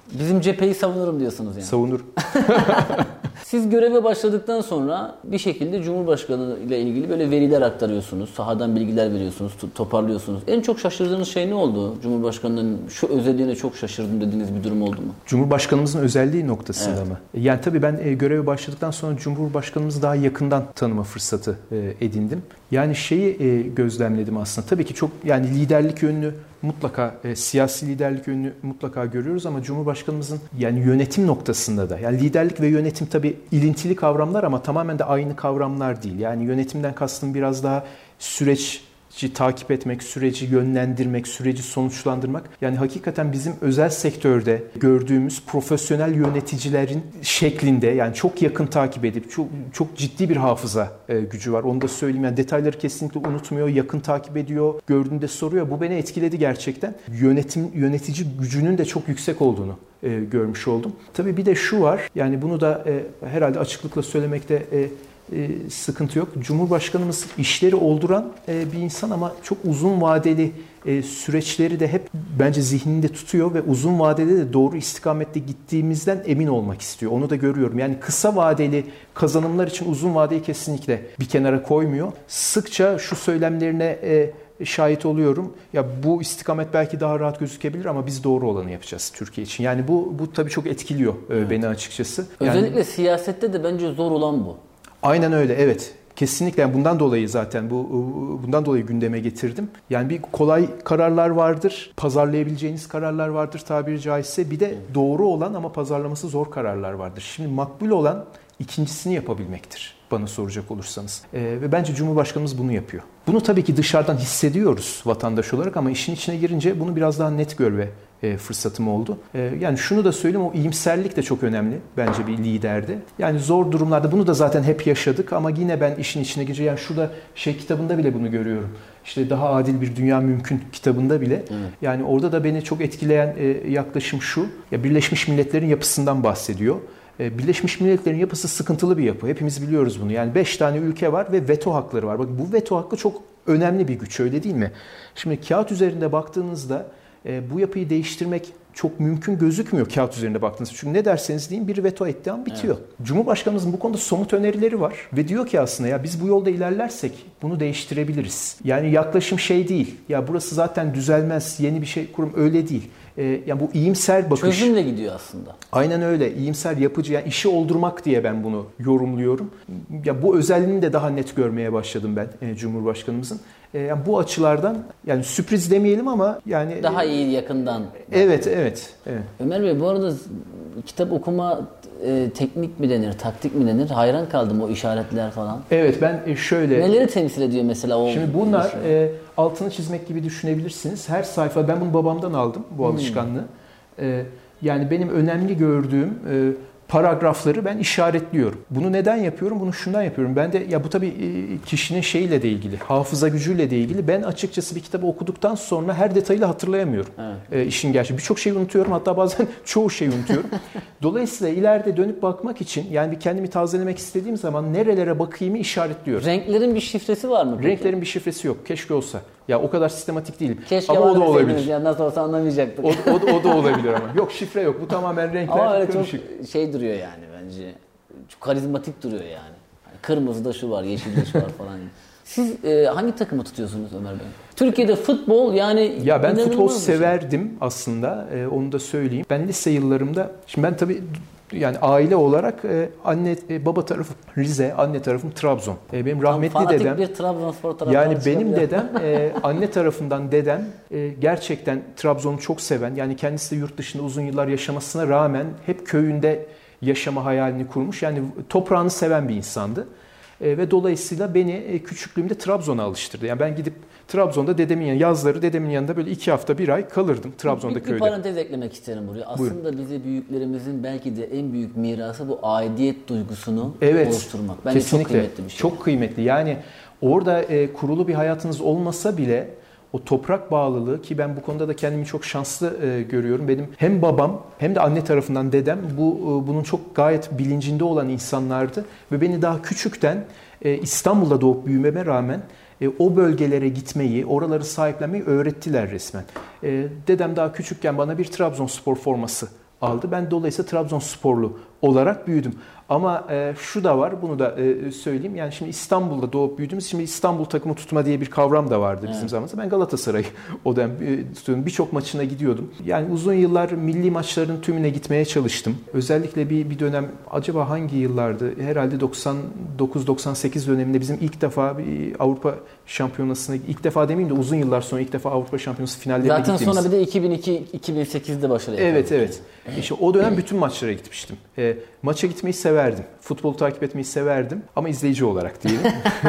Bizim cepheyi savunurum diyorsunuz yani. Savunur. Siz göreve başladıktan sonra bir şekilde Cumhurbaşkanı ile ilgili böyle veriler aktarıyorsunuz. Sahadan bilgiler veriyorsunuz, toparlıyorsunuz. En çok şaşırdığınız şey ne oldu? Cumhurbaşkanının şu özelliğine çok şaşırdım dediğiniz bir durum oldu mu? Cumhurbaşkanımızın özelliği noktasında Evet. mı? Yani tabii ben e, göreve başladıktan sonra Cumhurbaşkanımızı daha yakından tanıma fırsatı e, edindim. Yani şeyi e, gözlemledim aslında. Tabii ki çok yani liderlik yönünü mutlaka e, siyasi liderlik yönünü mutlaka görüyoruz ama Cumhurbaşkanımızın yani yönetim noktasında da yani liderlik ve yönetim tabii ilintili kavramlar ama tamamen de aynı kavramlar değil. Yani yönetimden kastım biraz daha süreç takip etmek, süreci yönlendirmek, süreci sonuçlandırmak. Yani hakikaten bizim özel sektörde gördüğümüz profesyonel yöneticilerin şeklinde yani çok yakın takip edip çok çok ciddi bir hafıza e, gücü var. Onu da söyleyeyim. Yani detayları kesinlikle unutmuyor, yakın takip ediyor, gördüğünde soruyor. Bu beni etkiledi gerçekten. Yönetim yönetici gücünün de çok yüksek olduğunu e, görmüş oldum. Tabii bir de şu var. Yani bunu da e, herhalde açıklıkla söylemekte e, E, sıkıntı yok. Cumhurbaşkanımız işleri olduran e, bir insan ama çok uzun vadeli e, süreçleri de hep bence zihninde tutuyor ve uzun vadede de doğru istikamette gittiğimizden emin olmak istiyor. Onu da görüyorum. Yani kısa vadeli kazanımlar için uzun vadeyi kesinlikle bir kenara koymuyor. Sıkça şu söylemlerine e, şahit oluyorum. Ya bu istikamet belki daha rahat gözükebilir ama biz doğru olanı yapacağız Türkiye için. Yani bu bu tabii çok etkiliyor e, evet. beni açıkçası. Yani, özellikle siyasette de bence zor olan bu. Aynen öyle, evet. Kesinlikle yani bundan dolayı zaten bu bundan dolayı gündeme getirdim. Yani bir kolay kararlar vardır, pazarlayabileceğiniz kararlar vardır tabiri caizse. Bir de doğru olan ama pazarlaması zor kararlar vardır. Şimdi makbul olan ikincisini yapabilmektir bana soracak olursanız. Ee, ve bence Cumhurbaşkanımız bunu yapıyor. Bunu tabii ki dışarıdan hissediyoruz vatandaş olarak ama işin içine girince bunu biraz daha net görme e, fırsatım oldu. E, yani şunu da söyleyeyim, o iyimserlik de çok önemli bence bir liderde. Yani zor durumlarda bunu da zaten hep yaşadık ama yine ben işin içine girince yani şurada şey kitabında bile bunu görüyorum. İşte Daha Adil Bir Dünya Mümkün kitabında bile. Evet. Yani orada da beni çok etkileyen e, yaklaşım şu. Ya Birleşmiş Milletler'in yapısından bahsediyor. Birleşmiş Milletler'in yapısı sıkıntılı bir yapı. Hepimiz biliyoruz bunu. Yani beş tane ülke var ve veto hakları var. Bakın bu veto hakkı çok önemli bir güç, öyle değil mi? Şimdi kağıt üzerinde baktığınızda bu yapıyı değiştirmek çok mümkün gözükmüyor kağıt üzerinde baktığınızda. Çünkü ne derseniz deyin bir veto ettiği an bitiyor. Evet. Cumhurbaşkanımızın bu konuda somut önerileri var. Ve diyor ki aslında ya biz bu yolda ilerlersek bunu değiştirebiliriz. Yani yaklaşım şey değil. Ya burası zaten düzelmez, yeni bir şey kurum, öyle değil. Ee, yani bu iyimser bakış. Çözümle gidiyor aslında. Aynen öyle. İyimser, yapıcı, yani işi oldurmak diye ben bunu yorumluyorum. Ya bu özelliğini de daha net görmeye başladım ben e, Cumhurbaşkanımızın. E, yani bu açılardan yani sürpriz demeyelim ama yani daha iyi yakından. Evet, evet, evet. Ömer Bey, bu arada kitap okuma e, teknik mi denir, taktik mi denir? Hayran kaldım o işaretler falan. Evet, ben şöyle. Neleri temsil ediyor mesela o? Şimdi bunlar e, altını çizmek gibi düşünebilirsiniz. Her sayfa, ben bunu babamdan aldım bu hmm. alışkanlığı. E, yani benim önemli gördüğüm e, paragrafları ben işaretliyorum. Bunu neden yapıyorum? Bunu şundan yapıyorum. Ben de ya bu tabii kişinin şeyle de ilgili, hafıza gücüyle de ilgili. Ben açıkçası bir kitabı okuduktan sonra her detayıyla hatırlayamıyorum. Evet. E, işin gerçeği. Birçok şeyi unutuyorum. Hatta bazen çoğu şeyi unutuyorum. Dolayısıyla ileride dönüp bakmak için yani bir kendimi tazelemek istediğim zaman nerelere bakayımı işaretliyorum. Renklerin bir şifresi var mı peki? Renklerin bir şifresi yok. Keşke olsa. Ya o kadar sistematik değilim. Keşke ama o da olabilir. Ya nasıl olsa anlamayacaktık. O, o, o da olabilir ama. Yok, şifre yok. Bu tamamen renkler. Ama öyle çok şey duruyor yani bence. Çok karizmatik duruyor yani. Yani kırmızıda şu var, yeşilde şu var falan. Siz e, hangi takımı tutuyorsunuz Ömer Bey? Türkiye'de futbol yani... Ya ben futbol severdim şey. aslında. E, onu da söyleyeyim. Ben lise yıllarımda... Şimdi ben tabii... Yani aile olarak e, anne e, baba tarafım Rize, anne tarafım Trabzon. E, benim rahmetli Tam dedem. bir Trabzonspor taraftarı. Yani benim dedem e, anne tarafından dedem e, gerçekten Trabzon'u çok seven. Yani kendisi de yurt dışında uzun yıllar yaşamasına rağmen hep köyünde yaşama hayalini kurmuş. Yani toprağını seven bir insandı. E, ve dolayısıyla beni e, küçüklüğümde Trabzon'a alıştırdı. Yani ben gidip Trabzon'da dedemin yanında, yazları dedemin yanında böyle iki hafta bir ay kalırdım Trabzon'da bir, köyde. Bir parantez eklemek isterim buraya. Aslında Buyurun. bize büyüklerimizin belki de en büyük mirası bu aidiyet duygusunu evet, oluşturmak. Bence kesinlikle. Çok kıymetli bir şey. Çok kıymetli. Yani orada e, kurulu bir hayatınız olmasa bile o toprak bağlılığı, ki ben bu konuda da kendimi çok şanslı e, görüyorum. Benim hem babam hem de anne tarafından dedem bu e, bunun çok gayet bilincinde olan insanlardı ve beni daha küçükten e, İstanbul'da doğup büyümeme rağmen e, o bölgelere gitmeyi, oraları sahiplenmeyi öğrettiler resmen. E, dedem daha küçükken bana bir Trabzonspor forması aldı. Ben dolayısıyla Trabzonsporlu olarak büyüdüm. Ama e, şu da var, bunu da e, söyleyeyim. Yani şimdi İstanbul'da doğup büyüdüğümüz, şimdi İstanbul takımı tutma diye bir kavram da vardı bizim evet. zamanımızda. Ben Galatasaray'ı o dönem e, birçok maçına gidiyordum. Yani uzun yıllar milli maçların tümüne gitmeye çalıştım. Özellikle bir bir dönem, acaba hangi yıllardı? Herhalde doksan dokuz doksan sekiz döneminde bizim ilk defa bir Avrupa Şampiyonası'na, ilk defa demeyeyim de uzun yıllar sonra ilk defa Avrupa Şampiyonası finallerine Zaten gittiğimiz. Zaten sonra bir de iki bin iki iki bin sekizde başladı. Evet evet. İşte o dönem bütün maçlara gitmiştim. E, maça gitmeyi severdim. Futbolu takip etmeyi severdim. Ama izleyici olarak diyelim.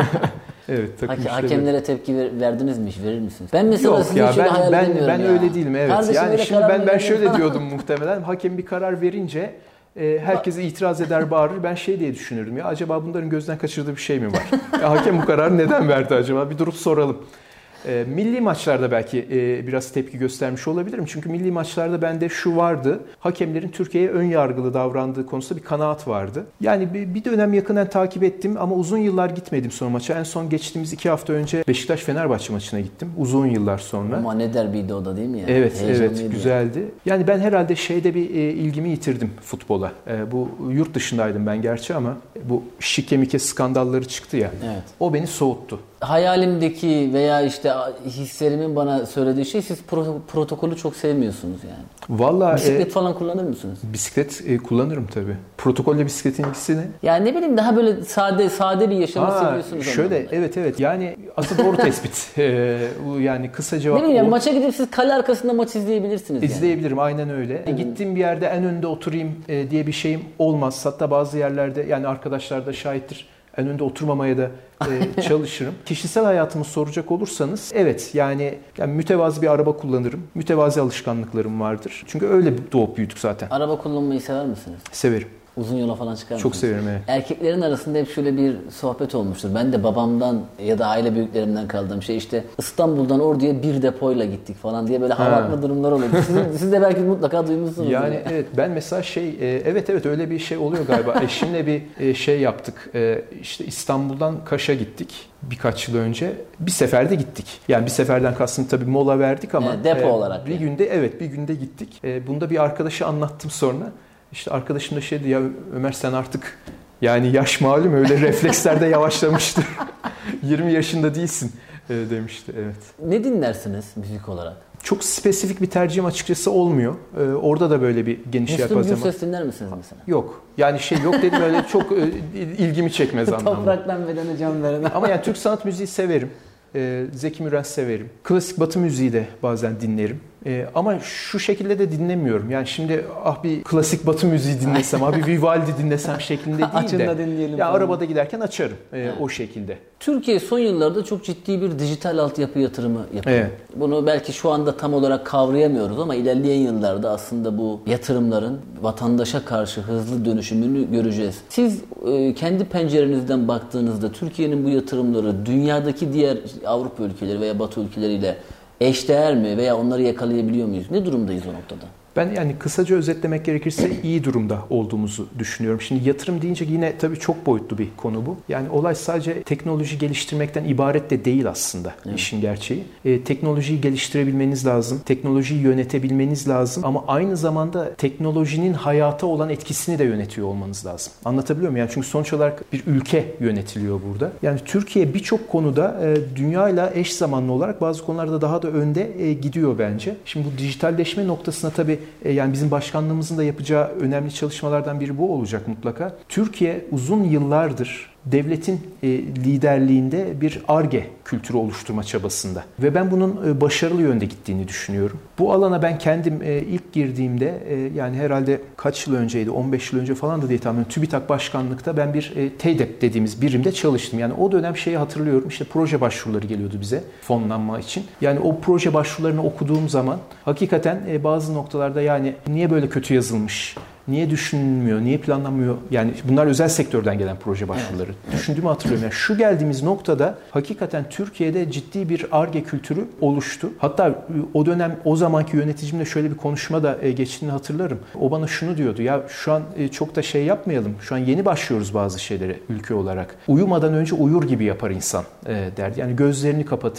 Evet, Hake, hakemlere tepki ver, verdiniz mi? Verir misiniz? Ben mesela Yok sizin ya, şöyle ben, hayal ben, edemiyorum ben ya. öyle değilim. Evet. Kardeşim yani şimdi ben ben şöyle falan. diyordum muhtemelen. Hakem bir karar verince e, herkes itiraz eder, bağırır. Ben şey diye düşünürdüm ya, acaba bunların gözden kaçırdığı bir şey mi var? Ya, hakem bu kararı neden verdi acaba? Bir durup soralım. E, milli maçlarda belki e, biraz tepki göstermiş olabilirim. Çünkü milli maçlarda bende şu vardı. Hakemlerin Türkiye'ye ön yargılı davrandığı konusunda bir kanaat vardı. Yani bir, bir dönem yakından takip ettim ama uzun yıllar gitmedim sonra maça. En son geçtiğimiz iki hafta önce Beşiktaş-Fenerbahçe maçına gittim. Uzun yıllar sonra. Ama ne derbiydi o da, değil mi? Yani? Evet, evet, güzeldi. Yani ben herhalde şeyde bir e, ilgimi yitirdim futbola. E, bu yurt dışındaydım ben gerçi ama bu şike mike skandalları çıktı ya. Evet. O beni soğuttu. Hayalimdeki veya işte hislerimin bana söylediği şey, siz pro- protokolü çok sevmiyorsunuz yani. Vallahi bisiklet e, falan kullanır mısınız? Bisiklet e, kullanırım tabii. Protokolle bisikletin ilgisi ne? Yani ne bileyim, daha böyle sade sade bir yaşamı ha, seviyorsunuz. Şöyle anlamda. evet evet yani aslında doğru tespit. e, yani kısa cevap. Ne bileyim, o. maça gidip siz kale arkasında maç izleyebilirsiniz. İzleyebilirim yani. aynen öyle. Hmm. Gittiğim bir yerde en önde oturayım e, diye bir şeyim olmaz. Hatta bazı yerlerde, yani arkadaşlar da şahittir, en önde oturmamaya da e, çalışırım. Kişisel hayatımı soracak olursanız evet yani, yani mütevazi bir araba kullanırım. Mütevazi alışkanlıklarım vardır. Çünkü öyle doğup büyüdük zaten. Araba kullanmayı sever misiniz? Severim. Uzun yola falan çıkar mısınız? Çok severim, evet. Erkeklerin arasında hep şöyle bir sohbet olmuştur. Ben de babamdan ya da aile büyüklerimden kaldığım şey, işte İstanbul'dan Ordu'ya bir depoyla gittik falan diye böyle hava atma durumlar oluyor. Siz, siz de belki mutlaka duymuşsunuz. Yani ya. evet, ben mesela şey e, evet evet öyle bir şey oluyor galiba. Eşimle bir e, şey yaptık. E, işte İstanbul'dan Kaş'a gittik birkaç yıl önce. Bir seferde gittik. Yani bir seferden kastım tabii mola verdik ama yani depo e, olarak. Bir yani. günde evet bir günde gittik. E, bunda bir arkadaşa anlattım sonra. İşte arkadaşım da şeydi ya, Ömer sen artık yani yaş malum öyle reflekslerde yavaşlamıştır. yirmi yaşında değilsin e, demişti, evet. Ne dinlersiniz müzik olarak? Çok spesifik bir tercihim açıkçası olmuyor. Ee, orada da böyle bir geniş Müslüm yelpaze. Müslüm Gürses dinler misiniz mesela? Yok. Yani şey yok dedim, öyle çok e, ilgimi çekmez anlamda. Topraktan bedene can veren. Ama yani Türk sanat müziği severim. Ee, Zeki Müren severim. Klasik Batı müziği de bazen dinlerim. Ee, ama şu şekilde de dinlemiyorum. Yani şimdi ah bir klasik Batı müziği dinlesem, ah bir Vivaldi dinlesem şeklinde değil de. Ya arabada giderken açarım e, evet. O şekilde. Türkiye son yıllarda çok ciddi bir dijital altyapı yatırımı yapıyor. Evet. Bunu belki şu anda tam olarak kavrayamıyoruz ama ilerleyen yıllarda aslında bu yatırımların vatandaşa karşı hızlı dönüşümünü göreceğiz. Siz e, kendi pencerenizden baktığınızda Türkiye'nin bu yatırımları dünyadaki diğer Avrupa ülkeleri veya Batı ülkeleriyle eşdeğer mi veya onları yakalayabiliyor muyuz? Ne durumdayız o noktada? Ben yani kısaca özetlemek gerekirse iyi durumda olduğumuzu düşünüyorum. Şimdi yatırım deyince yine tabii çok boyutlu bir konu bu. Yani olay sadece teknoloji geliştirmekten ibaret de değil aslında, evet. işin gerçeği. E, teknolojiyi geliştirebilmeniz lazım. Teknolojiyi yönetebilmeniz lazım. Ama aynı zamanda teknolojinin hayata olan etkisini de yönetiyor olmanız lazım. Anlatabiliyor muyum? Yani çünkü sonuç olarak bir ülke yönetiliyor burada. Yani Türkiye birçok konuda e, dünyayla eş zamanlı olarak bazı konularda daha da önde e, gidiyor bence. Şimdi bu dijitalleşme noktasına tabii yani bizim başkanlığımızın da yapacağı önemli çalışmalardan biri bu olacak mutlaka. Türkiye uzun yıllardır devletin liderliğinde bir Ar-Ge kültürü oluşturma çabasında. Ve ben bunun başarılı yönde gittiğini düşünüyorum. Bu alana ben kendim ilk girdiğimde, yani herhalde kaç yıl önceydi, on beş yıl önce falan da diye tahmin ediyorum. TÜBİTAK Başkanlık'ta ben bir TEDEP dediğimiz birimde çalıştım. Yani o dönem şeyi hatırlıyorum, işte proje başvuruları geliyordu bize fonlanma için. Yani o proje başvurularını okuduğum zaman hakikaten bazı noktalarda yani niye böyle kötü yazılmış, niye düşünülmüyor, niye planlanmıyor? Yani bunlar özel sektörden gelen proje başvuruları. Evet. Düşündüğümü hatırlıyorum. Yani şu geldiğimiz noktada hakikaten Türkiye'de ciddi bir Ar-Ge kültürü oluştu. Hatta o dönem o zamanki yöneticimle şöyle bir konuşma da geçtiğini hatırlarım. O bana şunu diyordu. Ya şu an çok da şey yapmayalım. Şu an yeni başlıyoruz bazı şeylere ülke olarak. Uyumadan önce uyur gibi yapar insan derdi. Yani gözlerini kapatır.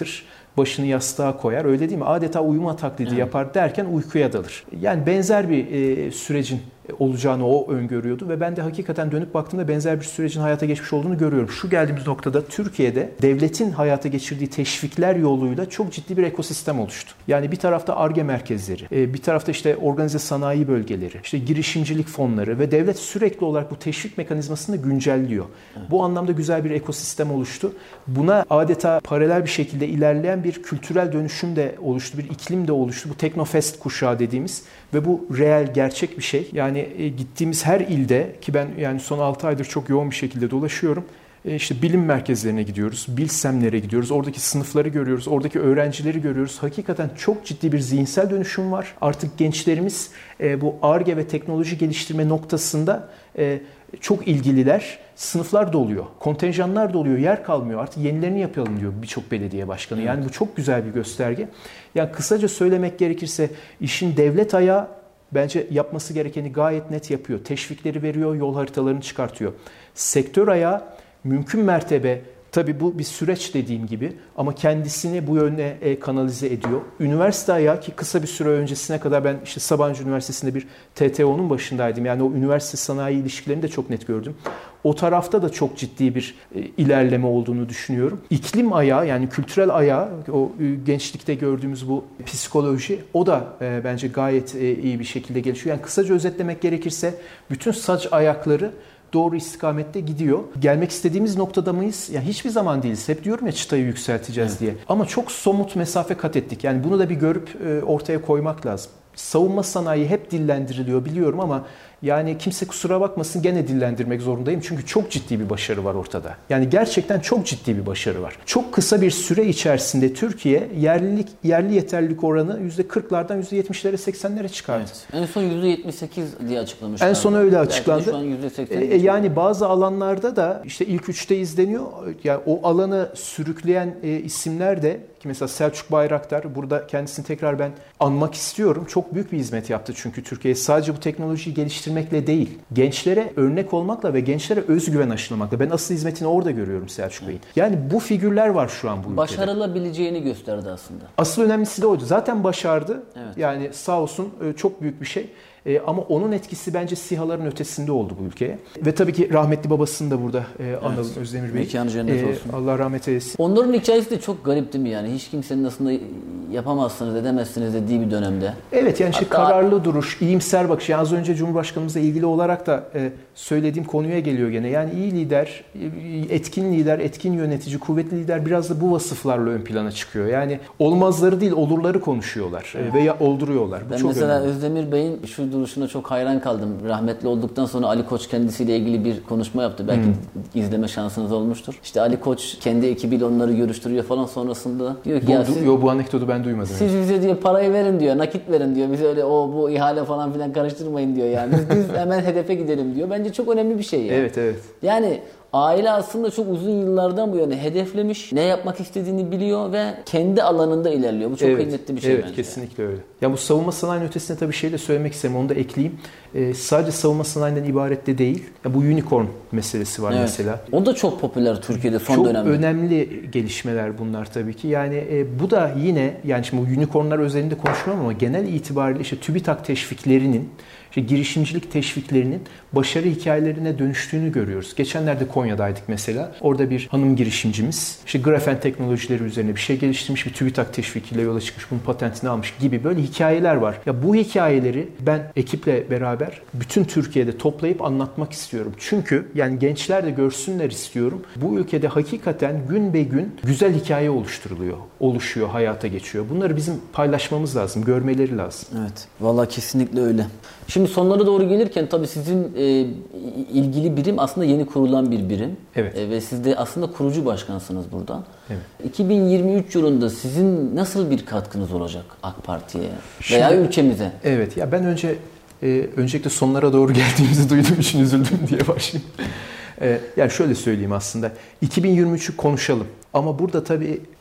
başını yastığa koyar. Öyle değil mi? Adeta uyuma taklidi evet. yapar derken uykuya dalır. Yani benzer bir e, sürecin olacağını o öngörüyordu ve ben de hakikaten dönüp baktığımda benzer bir sürecin hayata geçmiş olduğunu görüyorum. Şu geldiğimiz noktada Türkiye'de devletin hayata geçirdiği teşvikler yoluyla çok ciddi bir ekosistem oluştu. Yani bir tarafta Ar-Ge merkezleri, bir tarafta işte organize sanayi bölgeleri, işte girişimcilik fonları ve devlet sürekli olarak bu teşvik mekanizmasını güncelliyor. Evet. Bu anlamda güzel bir ekosistem oluştu. Buna adeta paralel bir şekilde ilerleyen bir kültürel dönüşüm de oluştu, bir iklim de oluştu. Bu Teknofest kuşağı dediğimiz ve bu reel, gerçek bir şey. Yani e, gittiğimiz her ilde ki ben yani son altı aydır çok yoğun bir şekilde dolaşıyorum. E, işte bilim merkezlerine gidiyoruz, bilsemlere gidiyoruz. Oradaki sınıfları görüyoruz, oradaki öğrencileri görüyoruz. Hakikaten çok ciddi bir zihinsel dönüşüm var. Artık gençlerimiz e, bu Ar-Ge ve teknoloji geliştirme noktasında e, çok ilgililer. Sınıflar doluyor, kontenjanlar doluyor, yer kalmıyor. Artık yenilerini yapalım diyor birçok belediye başkanı. Evet. Yani bu çok güzel bir gösterge. Yani kısaca söylemek gerekirse işin devlet ayağı bence yapması gerekeni gayet net yapıyor. Teşvikleri veriyor, yol haritalarını çıkartıyor. Sektör ayağı mümkün mertebe, tabii bu bir süreç dediğim gibi ama kendisini bu yöne kanalize ediyor. Üniversite ayağı ki kısa bir süre öncesine kadar ben işte Sabancı Üniversitesi'nde bir T T O'nun başındaydım. Yani o üniversite sanayi ilişkilerini de çok net gördüm. O tarafta da çok ciddi bir ilerleme olduğunu düşünüyorum. İklim ayağı yani kültürel ayağı, o gençlikte gördüğümüz bu psikoloji o da bence gayet iyi bir şekilde gelişiyor. Yani kısaca özetlemek gerekirse bütün saç ayakları doğru istikamette gidiyor. Gelmek istediğimiz noktada mıyız? Yani hiçbir zaman değiliz. Hep diyorum ya çıtayı yükselteceğiz evet. diye. Ama çok somut mesafe kat ettik. Yani bunu da bir görüp ortaya koymak lazım. Savunma sanayi hep dillendiriliyor biliyorum ama yani kimse kusura bakmasın gene dillendirmek zorundayım. Çünkü çok ciddi bir başarı var ortada. Yani gerçekten çok ciddi bir başarı var. Çok kısa bir süre içerisinde Türkiye yerlilik yerli yeterlilik oranı yüzde kırklardan yüzde yetmişlere seksenlere çıkardı. Evet. En son yüzde yetmiş sekiz diye açıklamışlar. En son öyle açıklandı. Şu an yüzde seksen. E, yani bazı alanlarda da işte ilk üçte izleniyor. Yani o alanı sürükleyen e, isimler de ki mesela Selçuk Bayraktar, burada kendisini tekrar ben anmak istiyorum. Çok büyük bir hizmet yaptı çünkü Türkiye sadece bu teknolojiyi geliştirmekle değil, gençlere örnek olmakla ve gençlere özgüven aşılamakla. Ben asıl hizmetini orada görüyorum Selçuk Bey'in. Yani bu figürler var şu an bu ülkede. Başarılabileceğini gösterdi aslında. Asıl önemlisi de oydu. Zaten başardı. Evet. Yani sağ olsun çok büyük bir şey. E, ama onun etkisi bence SİHA'ların ötesinde oldu bu ülkeye. Ve tabii ki rahmetli babasını da burada e, analım evet. Özdemir Bey. Mekanı cennet olsun. E, Allah rahmet eylesin. Onların hikayesi de çok garip değil mi yani? Hiç kimsenin aslında yapamazsınız, edemezsiniz dediği bir dönemde. Evet yani işte Hatta... kararlı duruş, iyimser bakış. Yani az önce Cumhurbaşkanımızla ilgili olarak da e, söylediğim konuya geliyor gene. Yani iyi lider, etkin lider, etkin yönetici, kuvvetli lider biraz da bu vasıflarla ön plana çıkıyor. Yani olmazları değil, olurları konuşuyorlar evet. veya olduruyorlar. Bu ben çok mesela önemli. Özdemir Bey'in şu duruşuna çok hayran kaldım. Rahmetli olduktan sonra Ali Koç kendisiyle ilgili bir konuşma yaptı. Belki hmm. izleme şansınız olmuştur. İşte Ali Koç kendi ekibiyle onları görüştürüyor falan sonrasında. Diyor ki bu, ya siz, yo, bu anekdotu ben duymadım. Siz yani. Bize diyor parayı verin diyor, nakit verin diyor. Bize öyle o bu ihale falan filan karıştırmayın diyor yani. Biz, biz hemen hedefe gidelim diyor. Bence çok önemli bir şey yani. Evet evet. Yani aile aslında çok uzun yıllardan bu yana hedeflemiş, ne yapmak istediğini biliyor ve kendi alanında ilerliyor. Bu çok evet, kıymetli bir şey evet, bence. Evet, kesinlikle öyle. Ya bu savunma sanayinin ötesinde tabii şey de söylemek isterim, onu da ekleyeyim. Ee, sadece savunma sanayinden ibaret de değil. Ya bu unicorn meselesi var evet. mesela. O da çok popüler Türkiye'de son çok dönemde. Çok önemli gelişmeler bunlar tabii ki. Yani e, bu da yine yani şimdi bu unicornlar özelinde konuşmuyorum ama genel itibariyle işte TÜBİTAK teşviklerinin İşte girişimcilik teşviklerinin başarı hikayelerine dönüştüğünü görüyoruz. Geçenlerde Konya'daydık mesela. Orada bir hanım girişimcimiz işte grafen teknolojileri üzerine bir şey geliştirmiş, bir TÜBİTAK teşvikiyle yola çıkmış, bunun patentini almış gibi böyle hikayeler var. Ya bu hikayeleri ben ekiple beraber bütün Türkiye'de toplayıp anlatmak istiyorum. Çünkü yani gençler de görsünler istiyorum. Bu ülkede hakikaten gün be gün güzel hikaye oluşturuluyor, oluşuyor, hayata geçiyor. Bunları bizim paylaşmamız lazım, görmeleri lazım. Evet, vallahi kesinlikle öyle. Şimdi sonlara doğru gelirken tabii sizin e, ilgili birim aslında yeni kurulan bir birim. Evet. E, ve siz de aslında kurucu başkansınız burada. Evet. iki bin yirmi üç yılında sizin nasıl bir katkınız olacak AK Parti'ye veya Şimdi, ülkemize? Evet ya ben önce e, öncelikle sonlara doğru geldiğimizi duyduğum için üzüldüm diye başlayayım. e, yani şöyle söyleyeyim aslında. iki bin yirmi üçü konuşalım. Ama burada tabii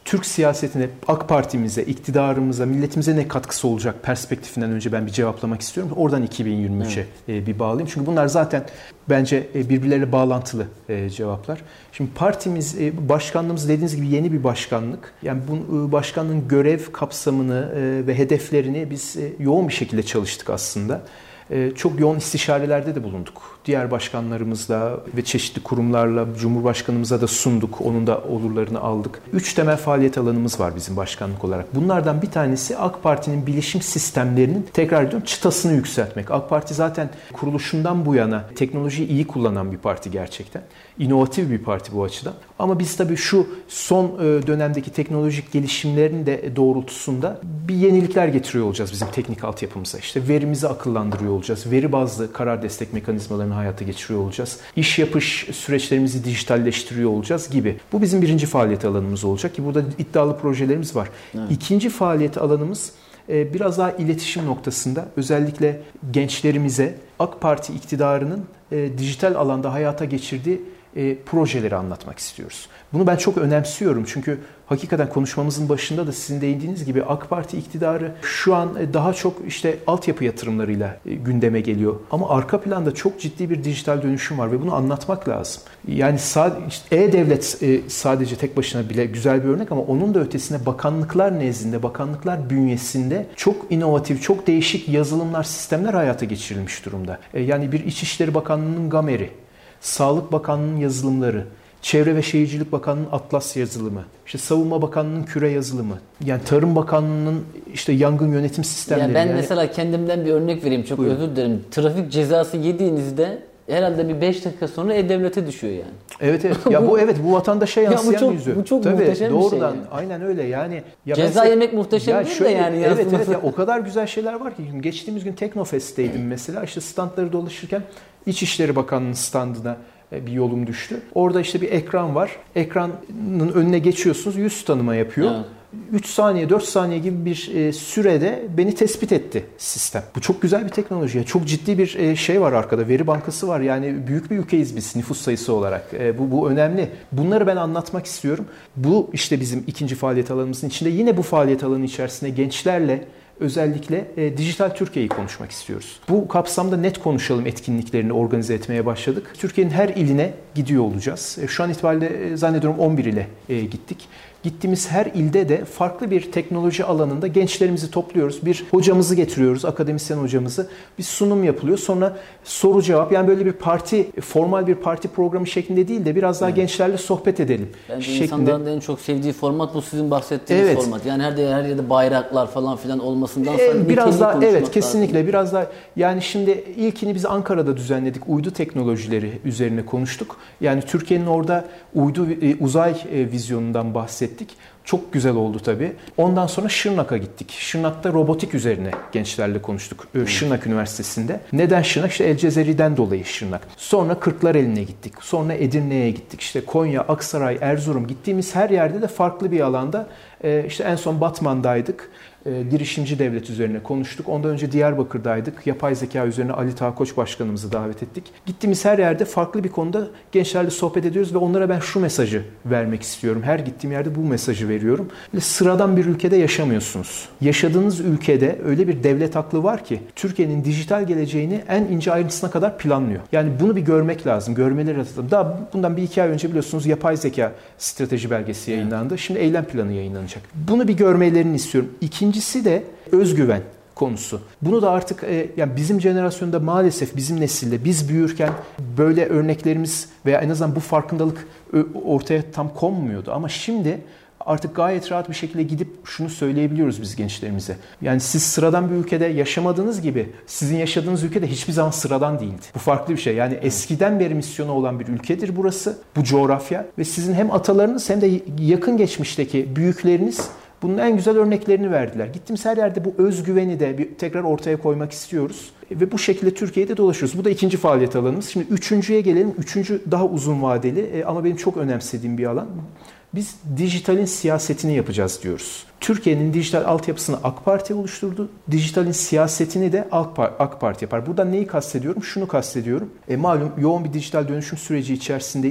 Türk siyasetine, AK Parti'mize, iktidarımıza, milletimize ne katkısı olacak perspektifinden önce ben bir cevaplamak istiyorum. Oradan iki bin yirmi üçe evet. bir bağlayayım. Çünkü bunlar zaten bence birbirleriyle bağlantılı cevaplar. Şimdi partimiz, başkanlığımız dediğiniz gibi yeni bir başkanlık. Yani bu başkanlığın görev kapsamını ve hedeflerini biz yoğun bir şekilde çalıştık aslında. Çok yoğun istişarelerde de bulunduk. Diğer başkanlarımızla ve çeşitli kurumlarla Cumhurbaşkanımıza da sunduk. Onun da olurlarını aldık. Üç temel faaliyet alanımız var bizim başkanlık olarak. Bunlardan bir tanesi AK Parti'nin bilişim sistemlerinin, tekrar ediyorum, çıtasını yükseltmek. AK Parti zaten kuruluşundan bu yana teknolojiyi iyi kullanan bir parti gerçekten. İnovatif bir parti bu açıdan. Ama biz tabii şu son dönemdeki teknolojik gelişimlerin de doğrultusunda bir yenilikler getiriyor olacağız bizim teknik altyapımıza. İşte verimizi akıllandırıyor olacağız. Veri bazlı karar destek mekanizmalarını hayata geçiriyor olacağız. İş yapış süreçlerimizi dijitalleştiriyor olacağız gibi. Bu bizim birinci faaliyet alanımız olacak ki burada iddialı projelerimiz var. Evet. İkinci faaliyet alanımız biraz daha iletişim noktasında özellikle gençlerimize AK Parti iktidarının dijital alanda hayata geçirdiği E, projeleri anlatmak istiyoruz. Bunu ben çok önemsiyorum çünkü hakikaten konuşmamızın başında da sizin değindiğiniz gibi AK Parti iktidarı şu an daha çok işte altyapı yatırımlarıyla e, gündeme geliyor. Ama arka planda çok ciddi bir dijital dönüşüm var ve bunu anlatmak lazım. Yani işte E-Devlet e, sadece tek başına bile güzel bir örnek ama onun da ötesinde bakanlıklar nezdinde, bakanlıklar bünyesinde çok inovatif, çok değişik yazılımlar, sistemler hayata geçirilmiş durumda. E, yani bir İçişleri Bakanlığı'nın Gameri, Sağlık Bakanlığı'nın yazılımları, Çevre ve Şehircilik Bakanlığı'nın Atlas yazılımı, işte Savunma Bakanlığı'nın Küre yazılımı, yani Tarım Bakanlığı'nın işte yangın yönetim sistemleri. Yani ben yani... mesela kendimden bir örnek vereyim, çok Buyurun. özür dilerim. Trafik cezası yediğinizde herhalde bir beş dakika sonra E-Devlet'e düşüyor yani. Evet evet. Ya bu evet bu vatandaşa yansıyan ya bu çok, yüzü. Bu çok Tabii, muhteşem doğrudan, bir şey. Yani. Aynen öyle yani. Ya Ceza mesela, yemek muhteşem ya değil şöyle, de yani. Evet evet ya, o kadar güzel şeyler var ki. Geçtiğimiz gün Teknofest'teydim mesela. İşte standları dolaşırken İçişleri Bakanlığı'nın standına bir yolum düştü. Orada işte bir ekran var. Ekranın önüne geçiyorsunuz. Yüz tanıma yapıyor. Evet. üç saniye, dört saniye gibi bir e, sürede beni tespit etti sistem. Bu çok güzel bir teknoloji. Çok ciddi bir e, şey var arkada. Veri bankası var. Yani büyük bir ülkeyiz biz nüfus sayısı olarak. E, bu, bu önemli. Bunları ben anlatmak istiyorum. Bu işte bizim ikinci faaliyet alanımızın içinde. Yine bu faaliyet alanı içerisinde gençlerle özellikle e, Dijital Türkiye'yi konuşmak istiyoruz. Bu kapsamda Net Konuşalım etkinliklerini organize etmeye başladık. Türkiye'nin her iline gidiyor olacağız. E, şu an itibariyle e, zannediyorum on bir ile e, gittik. Gittiğimiz her ilde de farklı bir teknoloji alanında gençlerimizi topluyoruz. Bir hocamızı getiriyoruz, akademisyen hocamızı. Bir sunum yapılıyor. Sonra soru cevap. Yani böyle bir parti, formal bir parti programı şeklinde değil de biraz daha evet. gençlerle sohbet edelim. Bence şeklinde. insanların en çok sevdiği format bu sizin bahsettiğiniz evet. format. Yani her yerde, her yerde bayraklar falan filan olmasından sonra ee, biraz daha evet kesinlikle lazım. Biraz daha yani şimdi ilkini biz Ankara'da düzenledik. Uydu teknolojileri üzerine konuştuk. Yani Türkiye'nin orada uydu uzay vizyonundan bahsettik. Çok güzel oldu tabii. Ondan sonra Şırnak'a gittik. Şırnak'ta robotik üzerine gençlerle konuştuk. Şırnak Üniversitesi'nde. Neden Şırnak? İşte El Cezeri'den dolayı Şırnak. Sonra Kırklareli'ne gittik. Sonra Edirne'ye gittik. İşte Konya, Aksaray, Erzurum. Gittiğimiz her yerde de farklı bir alanda. İşte en son Batman'daydık. Girişimci devlet üzerine konuştuk. Ondan önce Diyarbakır'daydık. Yapay zeka üzerine Ali Taha Koç Başkanımızı davet ettik. Gittiğimiz her yerde farklı bir konuda gençlerle sohbet ediyoruz ve onlara ben şu mesajı vermek istiyorum. Her gittiğim yerde bu mesajı veriyorum. Böyle sıradan bir ülkede yaşamıyorsunuz. Yaşadığınız ülkede öyle bir devlet aklı var ki Türkiye'nin dijital geleceğini en ince ayrıntısına kadar planlıyor. Yani bunu bir görmek lazım. Görmeleri lazım. Daha bundan bir iki ay önce biliyorsunuz yapay zeka strateji belgesi yayınlandı. Şimdi eylem planı yayınlanacak. Bunu bir görmelerini istiyorum. İkinci İkincisi de özgüven konusu. Bunu da artık e, yani bizim jenerasyonda maalesef bizim nesilde biz büyürken böyle örneklerimiz veya en azından bu farkındalık ortaya tam konmuyordu. Ama şimdi artık gayet rahat bir şekilde gidip şunu söyleyebiliyoruz biz gençlerimize. Yani siz sıradan bir ülkede yaşamadığınız gibi sizin yaşadığınız ülkede hiçbir zaman sıradan değildi. Bu farklı bir şey. Yani eskiden beri misyonu olan bir ülkedir burası. Bu coğrafya ve sizin hem atalarınız hem de yakın geçmişteki büyükleriniz bunun en güzel örneklerini verdiler. Gittiğimiz her yerde bu özgüveni de bir tekrar ortaya koymak istiyoruz. Ve bu şekilde Türkiye'de dolaşıyoruz. Bu da ikinci faaliyet alanımız. Şimdi üçüncüye gelelim. Üçüncü daha uzun vadeli ama benim çok önemsediğim bir alan. Biz dijitalin siyasetini yapacağız diyoruz. Türkiye'nin dijital altyapısını AK Parti oluşturdu. Dijitalin siyasetini de AK Parti yapar. Buradan neyi kastediyorum? Şunu kastediyorum. E, malum yoğun bir dijital dönüşüm süreci içerisindeyiz.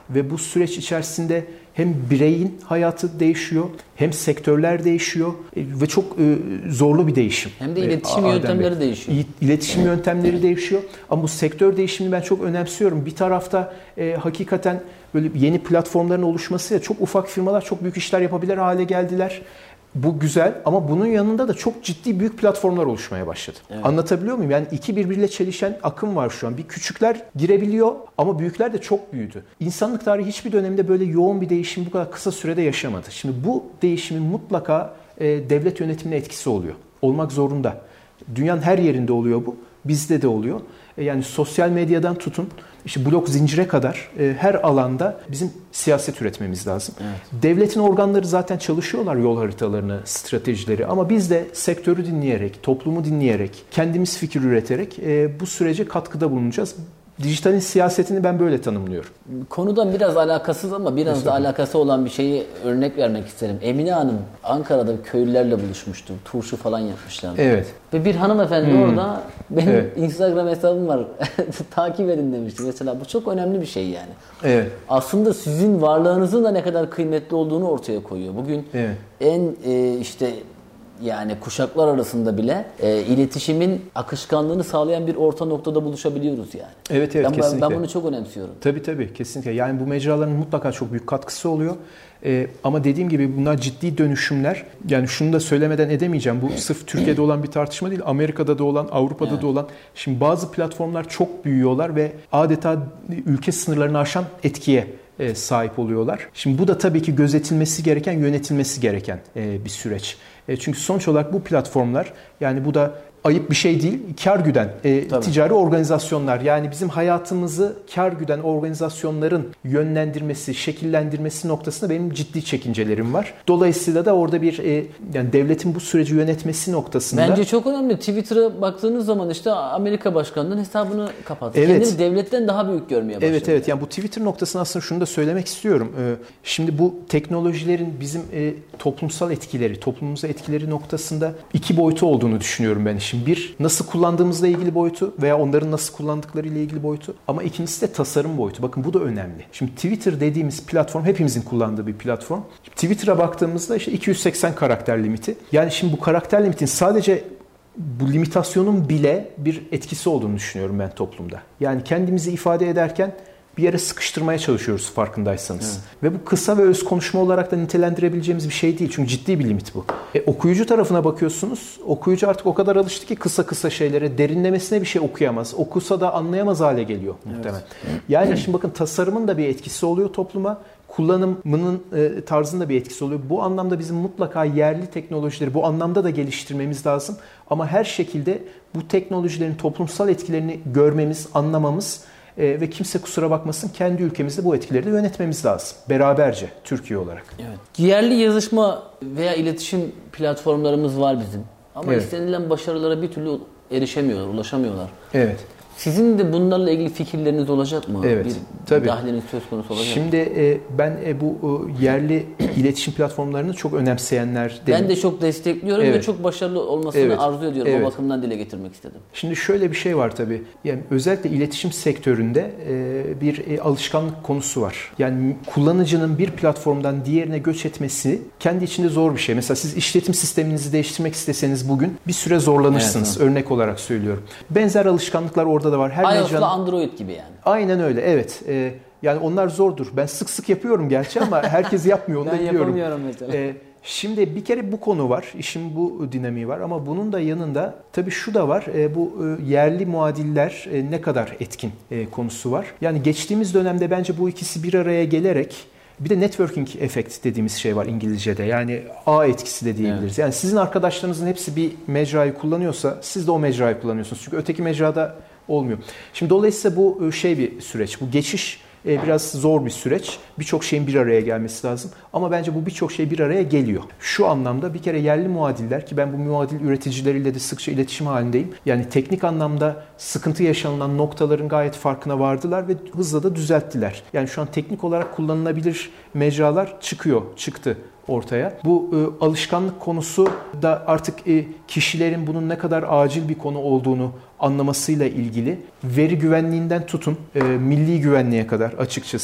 ve bu süreç içerisinde hem bireyin hayatı değişiyor, hem sektörler değişiyor ve çok zorlu bir değişim. Hem de iletişim yöntemleri değişiyor. İletişim yöntemleri değişiyor. Ama bu sektör değişimini ben çok önemsiyorum. Bir tarafta e, hakikaten böyle yeni platformların oluşmasıyla çok ufak firmalar çok büyük işler yapabilir hale geldiler. Bu güzel ama bunun yanında da çok ciddi büyük platformlar oluşmaya başladı. Evet. Anlatabiliyor muyum? Yani iki birbiriyle çelişen akım var şu an. Bir küçükler girebiliyor ama büyükler de çok büyüdü. İnsanlık tarihi hiçbir dönemde böyle yoğun bir değişim bu kadar kısa sürede yaşamadı. Şimdi bu değişimin mutlaka e, devlet yönetimine etkisi oluyor. Olmak zorunda. Dünyanın her yerinde oluyor bu. Bizde de oluyor. E, yani sosyal medyadan tutun, işte blok zincire kadar e, her alanda bizim siyaset üretmemiz lazım. Evet. Devletin organları zaten çalışıyorlar yol haritalarını, stratejileri ama biz de sektörü dinleyerek, toplumu dinleyerek, kendimiz fikir üreterek e, bu sürece katkıda bulunacağız. Dijitalin siyasetini ben böyle tanımlıyorum. Konudan biraz alakasız ama biraz Mesela. da alakası olan bir şeyi örnek vermek isterim. Emine Hanım Ankara'da köylülerle buluşmuştu. Turşu falan yapmışlardı. Evet. Ve bir hanımefendi hmm. orada benim evet. Instagram hesabım var. Takip edin demişti. Mesela bu çok önemli bir şey yani. Evet. Aslında sizin varlığınızın da ne kadar kıymetli olduğunu ortaya koyuyor. Bugün evet. en e, işte yani kuşaklar arasında bile e, iletişimin akışkanlığını sağlayan bir orta noktada buluşabiliyoruz yani. Evet evet ben, kesinlikle. Ben bunu çok önemsiyorum. Tabii tabii kesinlikle. Yani bu mecraların mutlaka çok büyük katkısı oluyor. Ee, ama dediğim gibi bunlar ciddi dönüşümler. Yani şunu da söylemeden edemeyeceğim. Bu sırf Türkiye'de olan bir tartışma değil. Amerika'da da olan, Avrupa'da evet. da olan. Şimdi bazı platformlar çok büyüyorlar ve adeta ülke sınırlarını aşan etkiye sahip oluyorlar. Şimdi bu da tabii ki gözetilmesi gereken, yönetilmesi gereken bir süreç. Çünkü sonuç olarak bu platformlar, yani bu da ayıp bir şey değil, kar güden e, ticari organizasyonlar. Yani bizim hayatımızı kar güden organizasyonların yönlendirmesi, şekillendirmesi noktasında benim ciddi çekincelerim var. Dolayısıyla da orada bir e, yani devletin bu süreci yönetmesi noktasında. Bence çok önemli. Twitter'a baktığınız zaman işte Amerika Başkanı'nın hesabını kapattı. Evet. Kendini devletten daha büyük görmeye başladı. Evet evet. Yani bu Twitter noktasında aslında şunu da söylemek istiyorum. Ee, şimdi bu teknolojilerin bizim e, toplumsal etkileri, toplumumuza etkileri noktasında iki boyutu olduğunu düşünüyorum ben. Şimdi bir, nasıl kullandığımızla ilgili boyutu veya onların nasıl kullandıkları ile ilgili boyutu. Ama ikincisi de tasarım boyutu. Bakın bu da önemli. Şimdi Twitter dediğimiz platform hepimizin kullandığı bir platform. Twitter'a baktığımızda işte iki yüz seksen karakter limiti. Yani şimdi bu karakter limitin sadece bu limitasyonun bile bir etkisi olduğunu düşünüyorum ben toplumda. Yani kendimizi ifade ederken bir yere sıkıştırmaya çalışıyoruz farkındaysanız. Evet. Ve bu kısa ve öz konuşma olarak da nitelendirebileceğimiz bir şey değil. Çünkü ciddi bir limit bu. E, okuyucu tarafına bakıyorsunuz. Okuyucu artık o kadar alıştı ki kısa kısa şeylere, derinlemesine bir şey okuyamaz. Okusa da anlayamaz hale geliyor muhtemelen. Evet. Yani şimdi bakın tasarımın da bir etkisi oluyor topluma. Kullanımının e, tarzında bir etkisi oluyor. Bu anlamda bizim mutlaka yerli teknolojileri bu anlamda da geliştirmemiz lazım. Ama her şekilde bu teknolojilerin toplumsal etkilerini görmemiz, anlamamız Ee, ve kimse kusura bakmasın, kendi ülkemizde bu etkileri de yönetmemiz lazım. Beraberce, Türkiye olarak. Evet. Yerli yazışma veya iletişim platformlarımız var bizim. Ama evet. istenilen başarılara bir türlü erişemiyorlar, ulaşamıyorlar. Evet. Sizin de bunlarla ilgili fikirleriniz olacak mı? Evet, bir tabii. Dahiliniz söz konusu olacak Şimdi mı? E, ben e, bu e, yerli iletişim platformlarını çok önemseyenler dedim. Ben de çok destekliyorum evet. ve çok başarılı olmasını evet. arzu ediyorum. Evet. O bakımdan dile getirmek istedim. Şimdi şöyle bir şey var tabii. Yani özellikle iletişim sektöründe e, bir e, alışkanlık konusu var. Yani kullanıcının bir platformdan diğerine göç etmesi kendi içinde zor bir şey. Mesela siz işletim sisteminizi değiştirmek isteseniz bugün bir süre zorlanırsınız. Evet, örnek olarak söylüyorum. Benzer alışkanlıklar orada da var. Her iOS'la mecran... Android gibi yani. Aynen öyle, evet. Ee, yani onlar zordur. Ben sık sık yapıyorum gerçi ama herkes yapmıyor, onu da biliyorum. Ben yapamıyorum mesela. Ee, şimdi bir kere bu konu var. İşin bu dinamiği var ama bunun da yanında tabii şu da var. E, bu e, yerli muadiller e, ne kadar etkin e, konusu var. Yani geçtiğimiz dönemde bence bu ikisi bir araya gelerek, bir de networking effect dediğimiz şey var İngilizce'de. Yani ağ etkisi de diyebiliriz. Evet. Yani sizin arkadaşlarınızın hepsi bir mecrayı kullanıyorsa siz de o mecrayı kullanıyorsunuz. Çünkü öteki mecrada olmuyor. Şimdi dolayısıyla bu şey bir süreç. Bu geçiş biraz zor bir süreç. Birçok şeyin bir araya gelmesi lazım. Ama bence bu birçok şey bir araya geliyor. Şu anlamda bir kere yerli muadiller, ki ben bu muadil üreticileriyle de sıkça iletişim halindeyim. Yani teknik anlamda sıkıntı yaşanılan noktaların gayet farkına vardılar ve hızla da düzelttiler. Yani şu an teknik olarak kullanılabilir mecralar çıkıyor, çıktı ortaya. Bu e, alışkanlık konusu da artık e, kişilerin bunun ne kadar acil bir konu olduğunu anlamasıyla ilgili, veri güvenliğinden tutun e, milli güvenliğe kadar açıkçası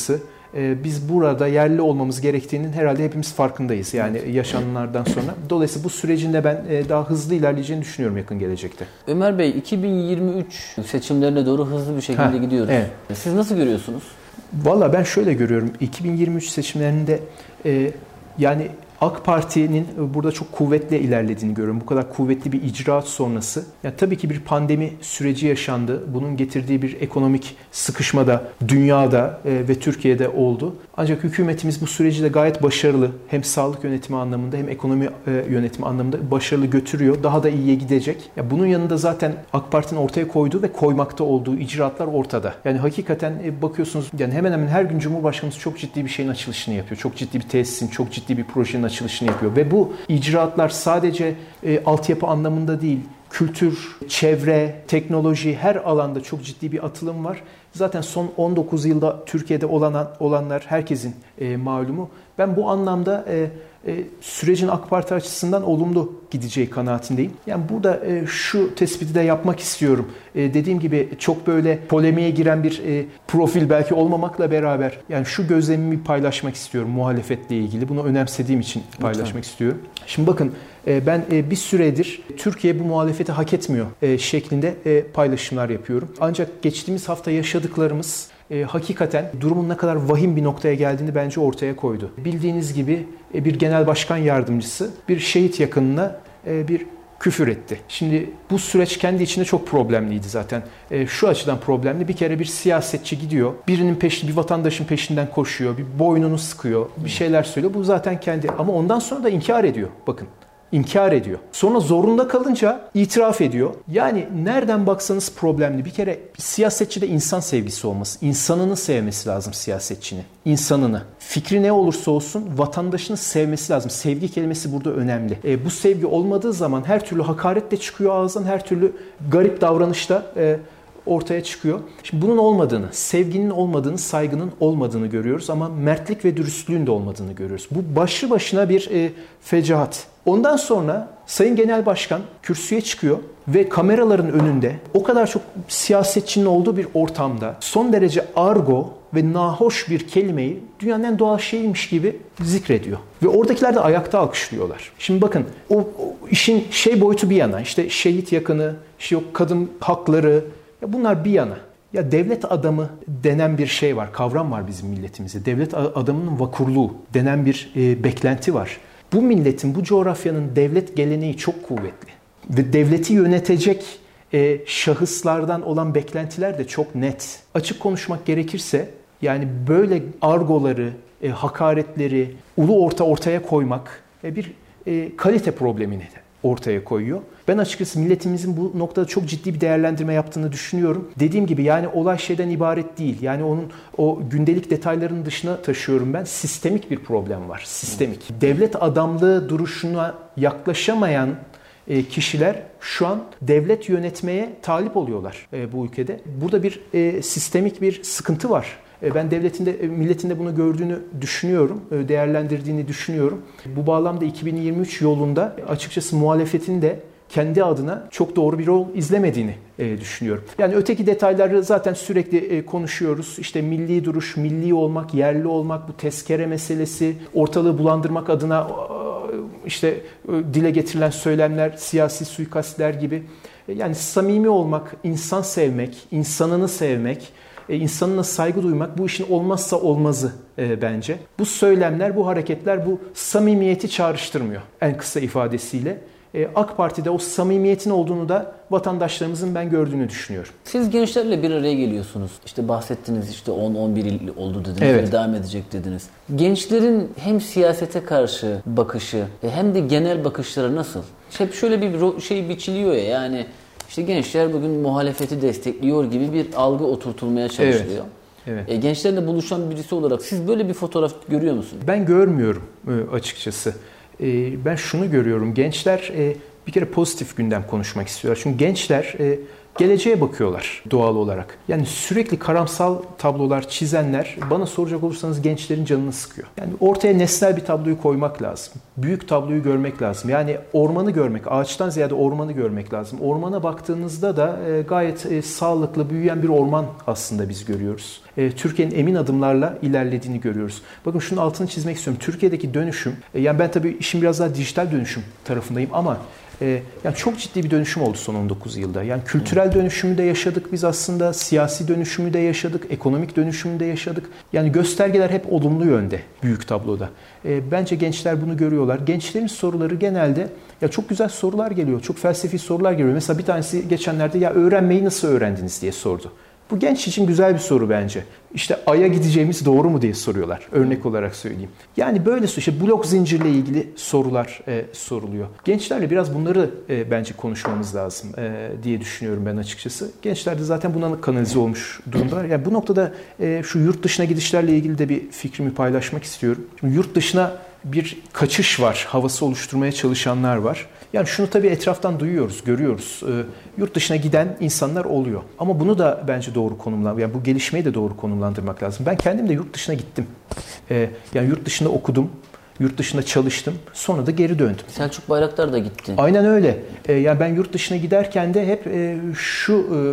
e, biz burada yerli olmamız gerektiğinin herhalde hepimiz farkındayız. Yani yaşananlardan sonra. Dolayısıyla bu sürecin de ben e, daha hızlı ilerleyeceğini düşünüyorum yakın gelecekte. Ömer Bey, iki bin yirmi üç seçimlerine doğru hızlı bir şekilde ha, gidiyoruz. Evet. Siz nasıl görüyorsunuz? Valla ben şöyle görüyorum. iki bin yirmi üç seçimlerinde e, yani AK Parti'nin burada çok kuvvetle ilerlediğini görüyorum. Bu kadar kuvvetli bir icraat sonrası. Yani tabii ki bir pandemi süreci yaşandı. Bunun getirdiği bir ekonomik sıkışma da dünyada ve Türkiye'de oldu. Ancak hükümetimiz bu süreci de gayet başarılı. Hem sağlık yönetimi anlamında hem ekonomi yönetimi anlamında başarılı götürüyor. Daha da iyiye gidecek. Ya bunun yanında zaten AK Parti'nin ortaya koyduğu ve koymakta olduğu icraatlar ortada. Yani hakikaten bakıyorsunuz yani hemen hemen her gün Cumhurbaşkanımız çok ciddi bir şeyin açılışını yapıyor. Çok ciddi bir tesisin, çok ciddi bir projenin açılışını yapıyor. Ve bu icraatlar sadece e, altyapı anlamında değil, kültür, çevre, teknoloji her alanda çok ciddi bir atılım var. Zaten son on dokuz yılda Türkiye'de olan, olanlar herkesin e, malumu. Ben bu anlamda e, e, sürecin AK Parti açısından olumlu gideceği kanaatindeyim. Yani burada e, şu tespiti de yapmak istiyorum. E, dediğim gibi çok böyle polemiğe giren bir e, profil belki olmamakla beraber yani şu gözlemimi paylaşmak istiyorum muhalefetle ilgili. Bunu önemsediğim için paylaşmak Lütfen. istiyorum. Şimdi bakın e, ben e, bir süredir Türkiye bu muhalefeti hak etmiyor e, şeklinde e, paylaşımlar yapıyorum. Ancak geçtiğimiz hafta yaşadıklarımız E, hakikaten durumun ne kadar vahim bir noktaya geldiğini bence ortaya koydu. Bildiğiniz gibi e, bir genel başkan yardımcısı bir şehit yakınına e, bir küfür etti. Şimdi bu süreç kendi içinde çok problemliydi zaten. E, şu açıdan problemli. Bir kere bir siyasetçi gidiyor. Birinin peşinde, bir vatandaşın peşinden koşuyor. Bir boynunu sıkıyor. Bir şeyler söylüyor. Bu zaten kendi. Ama ondan sonra da inkar ediyor. Bakın. İnkar ediyor. Sonra zorunda kalınca itiraf ediyor. Yani nereden baksanız problemli. Bir kere siyasetçide insan sevgisi olması, insanını sevmesi lazım siyasetçinin. İnsanını. Fikri ne olursa olsun vatandaşını sevmesi lazım. Sevgi kelimesi burada önemli. E, bu sevgi olmadığı zaman her türlü hakaret de çıkıyor ağzından, her türlü garip davranışta e, ortaya çıkıyor. Şimdi bunun olmadığını, sevginin olmadığını, saygının olmadığını görüyoruz ama mertlik ve dürüstlüğün de olmadığını görüyoruz. Bu başlı başına bir e, fecaat. Ondan sonra Sayın Genel Başkan kürsüye çıkıyor ve kameraların önünde o kadar çok siyasetçinin olduğu bir ortamda son derece argo ve nahoş bir kelimeyi dünyanın en doğal şeymiş gibi zikrediyor. Ve oradakiler de ayakta alkışlıyorlar. Şimdi bakın o, o işin şey boyutu bir yana, işte şehit yakını, işte yok kadın hakları, ya bunlar bir yana. Ya devlet adamı denen bir şey var, kavram var bizim milletimizde. Devlet adamının vakurluğu denen bir e, beklenti var. Bu milletin, bu coğrafyanın devlet geleneği çok kuvvetli. Ve devleti yönetecek e, şahıslardan olan beklentiler de çok net. Açık konuşmak gerekirse yani böyle argoları, e, hakaretleri ulu orta ortaya koymak e, bir e, kalite problemini de ortaya koyuyor. Ben açıkçası milletimizin bu noktada çok ciddi bir değerlendirme yaptığını düşünüyorum. Dediğim gibi yani olay şeyden ibaret değil. Yani onun o gündelik detayların dışına taşıyorum ben. Sistemik bir problem var. Sistemik. Devlet adamlığı duruşuna yaklaşamayan kişiler şu an devlet yönetmeye talip oluyorlar bu ülkede. Burada bir sistemik bir sıkıntı var. Ben devletin de, milletin de bunu gördüğünü düşünüyorum, değerlendirdiğini düşünüyorum. Bu bağlamda iki bin yirmi üç yolunda açıkçası muhalefetin de kendi adına çok doğru bir rol izlemediğini düşünüyorum. Yani öteki detayları zaten sürekli konuşuyoruz. İşte milli duruş, milli olmak, yerli olmak, bu tezkere meselesi, ortalığı bulandırmak adına işte dile getirilen söylemler, siyasi suikastler gibi. Yani samimi olmak, insan sevmek, insanını sevmek, insanına saygı duymak bu işin olmazsa olmazı e, bence. Bu söylemler, bu hareketler bu samimiyeti çağrıştırmıyor en kısa ifadesiyle. E, AK Parti'de o samimiyetin olduğunu da vatandaşlarımızın ben gördüğünü düşünüyorum. Siz gençlerle bir araya geliyorsunuz. İşte bahsettiniz işte on on bir yıl oldu dediniz evet. ve devam edecek dediniz. Gençlerin hem siyasete karşı bakışı hem de genel bakışları nasıl? Hep şöyle bir şey biçiliyor ya yani İşte gençler bugün muhalefeti destekliyor gibi bir algı oturtulmaya çalışılıyor. Evet. Evet. E, gençlerle buluşan birisi olarak siz böyle bir fotoğraf görüyor musunuz? Ben görmüyorum açıkçası. Ben şunu görüyorum. Gençler bir kere pozitif gündem konuşmak istiyorlar. Çünkü gençler geleceğe bakıyorlar doğal olarak. Yani sürekli karamsal tablolar çizenler bana soracak olursanız gençlerin canını sıkıyor. Yani ortaya nesnel bir tabloyu koymak lazım. Büyük tabloyu görmek lazım. Yani ormanı görmek, ağaçtan ziyade ormanı görmek lazım. Ormana baktığınızda da gayet sağlıklı büyüyen bir orman aslında biz görüyoruz. Türkiye'nin emin adımlarla ilerlediğini görüyoruz. Bakın şunun altını çizmek istiyorum. Türkiye'deki dönüşüm, yani ben tabii işin biraz daha dijital dönüşüm tarafındayım ama yani çok ciddi bir dönüşüm oldu son on dokuz yılda. Yani kültürel dönüşümü de yaşadık biz aslında, siyasi dönüşümü de yaşadık, ekonomik dönüşümü de yaşadık. Yani göstergeler hep olumlu yönde büyük tabloda. Bence gençler bunu görüyorlar. Gençlerin soruları genelde ya çok güzel sorular geliyor, çok felsefi sorular geliyor. Mesela bir tanesi geçenlerde ya öğrenmeyi nasıl öğrendiniz diye sordu. Bu genç için güzel bir soru bence. İşte Ay'a gideceğimiz doğru mu diye soruyorlar. Örnek olarak söyleyeyim. Yani böyle işte blok zincirle ilgili sorular e, soruluyor. Gençlerle biraz bunları e, bence konuşmamız lazım e, diye düşünüyorum ben açıkçası. Gençler de zaten buna kanalize olmuş durumdalar. Yani bu noktada e, şu yurt dışına gidişlerle ilgili de bir fikrimi paylaşmak istiyorum. Şimdi yurt dışına bir kaçış var, havası oluşturmaya çalışanlar var. Yani şunu tabii etraftan duyuyoruz, görüyoruz. E, yurt dışına giden insanlar oluyor. Ama bunu da bence doğru konumlandırmak, yani bu gelişmeyi de doğru konumlandırmak lazım. Ben kendim de yurt dışına gittim. E, yani yurt dışında okudum, yurt dışında çalıştım. Sonra da geri döndüm. Selçuk Bayraktar da gitti. Aynen öyle. E, yani ben yurt dışına giderken de hep e, şu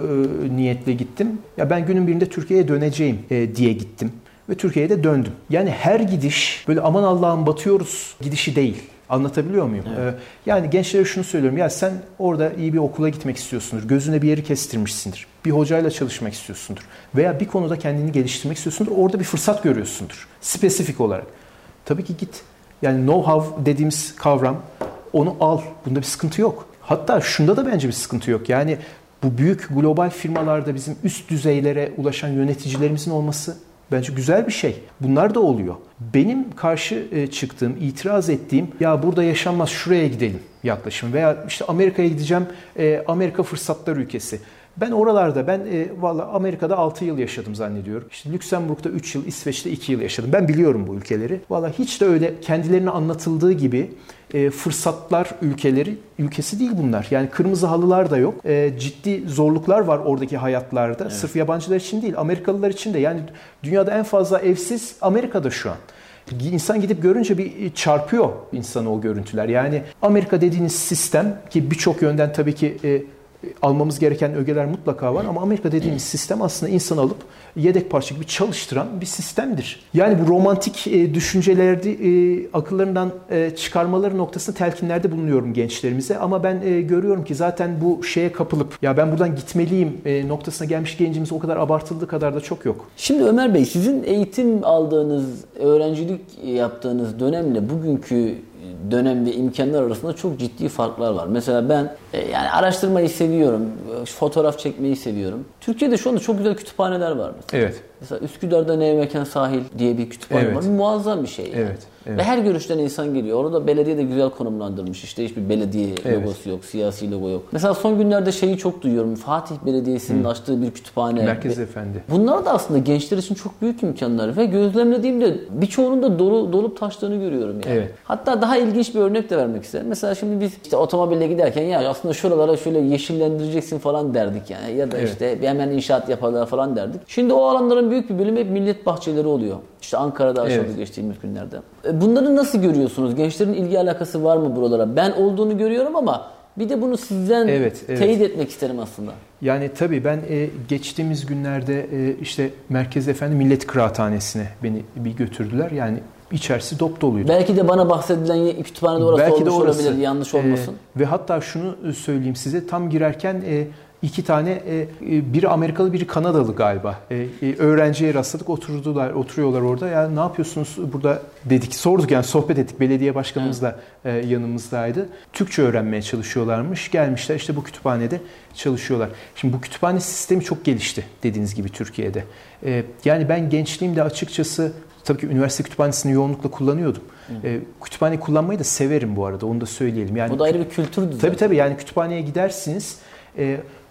e, niyetle gittim. Ya ben günün birinde Türkiye'ye döneceğim e, diye gittim. Ve Türkiye'ye de döndüm. Yani her gidiş böyle aman Allah'ım batıyoruz gidişi değil. Anlatabiliyor muyum? Evet. Ee, yani gençlere şunu söylüyorum. Ya sen orada iyi bir okula gitmek istiyorsundur. Gözüne bir yeri kestirmişsindir. Bir hocayla çalışmak istiyorsundur. Veya bir konuda kendini geliştirmek istiyorsundur. Orada bir fırsat görüyorsundur. Spesifik olarak. Tabii ki git. Yani know-how dediğimiz kavram, onu al. Bunda bir sıkıntı yok. Hatta şunda da bence bir sıkıntı yok. Yani bu büyük global firmalarda bizim üst düzeylere ulaşan yöneticilerimizin olması bence güzel bir şey. Bunlar da oluyor. Benim karşı çıktığım, itiraz ettiğim ya burada yaşanmaz şuraya gidelim yaklaşım veya işte Amerika'ya gideceğim, Amerika fırsatlar ülkesi. Ben oralarda, ben e, valla Amerika'da altı yıl yaşadım zannediyorum. İşte Lüksemburg'da üç yıl, İsveç'te iki yıl yaşadım. Ben biliyorum bu ülkeleri. Valla hiç de öyle kendilerine anlatıldığı gibi e, fırsatlar ülkeleri, ülkesi değil bunlar. Yani kırmızı halılar da yok. E, ciddi zorluklar var oradaki hayatlarda. Evet. Sırf yabancılar için değil, Amerikalılar için de. Yani dünyada en fazla evsiz Amerika'da şu an. İnsan gidip görünce bir çarpıyor insanı o görüntüler. Yani Amerika dediğiniz sistem ki birçok yönden tabii ki e, almamız gereken ögeler mutlaka var ama Amerika dediğimiz sistem aslında insanı alıp yedek parça gibi çalıştıran bir sistemdir. Yani bu romantik e, düşünceleri e, akıllarından e, çıkarmaları noktasında telkinlerde bulunuyorum gençlerimize ama ben e, görüyorum ki zaten bu şeye kapılıp ya ben buradan gitmeliyim e, noktasına gelmiş gencimiz o kadar abartıldığı kadar da çok yok. Şimdi Ömer Bey, sizin eğitim aldığınız, öğrencilik yaptığınız dönemle bugünkü dönem ve imkanlar arasında çok ciddi farklar var. Mesela ben e, yani araştırmayı seviyorum, fotoğraf çekmeyi seviyorum. Türkiye'de şu anda çok güzel kütüphaneler var mesela. Evet. Mesela Üsküdar'da Nevmekan Sahil diye bir kütüphane evet. var. Muazzam bir şey yani. Evet. Evet. Ve her görüşten insan geliyor. Orada belediye de güzel konumlandırmış. İşte hiçbir belediye evet. logosu yok, siyasi logo yok. Mesela son günlerde şeyi çok duyuyorum. Fatih Belediyesi'nin Hı. açtığı bir kütüphane. Merkez Efendi. Bunlar da aslında gençler için çok büyük imkanlar ve gözlemlediğimde birçoğunun da dolu, dolup taştığını görüyorum yani. Evet. Hatta daha ilginç bir örnek de vermek isterim. Mesela şimdi biz işte otomobille giderken ya aslında şuralara şöyle yeşillendireceksin falan derdik yani. Ya da evet. işte hemen inşaat yaparlar falan derdik. Şimdi o alanların büyük bir bölümü hep millet bahçeleri oluyor. İşte Ankara'da aşağıda evet. geçtiğimiz günlerde. Bunları nasıl görüyorsunuz? Gençlerin ilgi alakası var mı buralara? Ben olduğunu görüyorum ama bir de bunu sizden evet, evet. teyit etmek isterim aslında. Yani tabii ben e, geçtiğimiz günlerde e, işte Merkez Efendi Millet Kıraathanesi'ne beni bir götürdüler. Yani içerisi dop doluydu. Belki de bana bahsedilen kütüphanede orası Belki olmuş de orası. olabilir, yanlış olmasın. E, ve hatta şunu söyleyeyim size, tam girerken e, iki tane, e, biri Amerikalı, biri Kanadalı galiba. E, e, öğrenciye rastladık, oturdular, oturuyorlar orada. Ya ne yapıyorsunuz burada dedik, sorduk yani sohbet ettik. Belediye başkanımız da e, yanımızdaydı. Türkçe öğrenmeye çalışıyorlarmış. Gelmişler işte bu kütüphanede çalışıyorlar. Şimdi bu kütüphane sistemi çok gelişti dediğiniz gibi Türkiye'de. E, yani ben gençliğimde açıkçası tabii ki üniversite kütüphanesini yoğunlukla kullanıyordum. E, kütüphane kullanmayı da severim bu arada, onu da söyleyelim. Yani, bu da ayrı bir kültürdü. Tabii tabii yani kütüphaneye gidersiniz. E,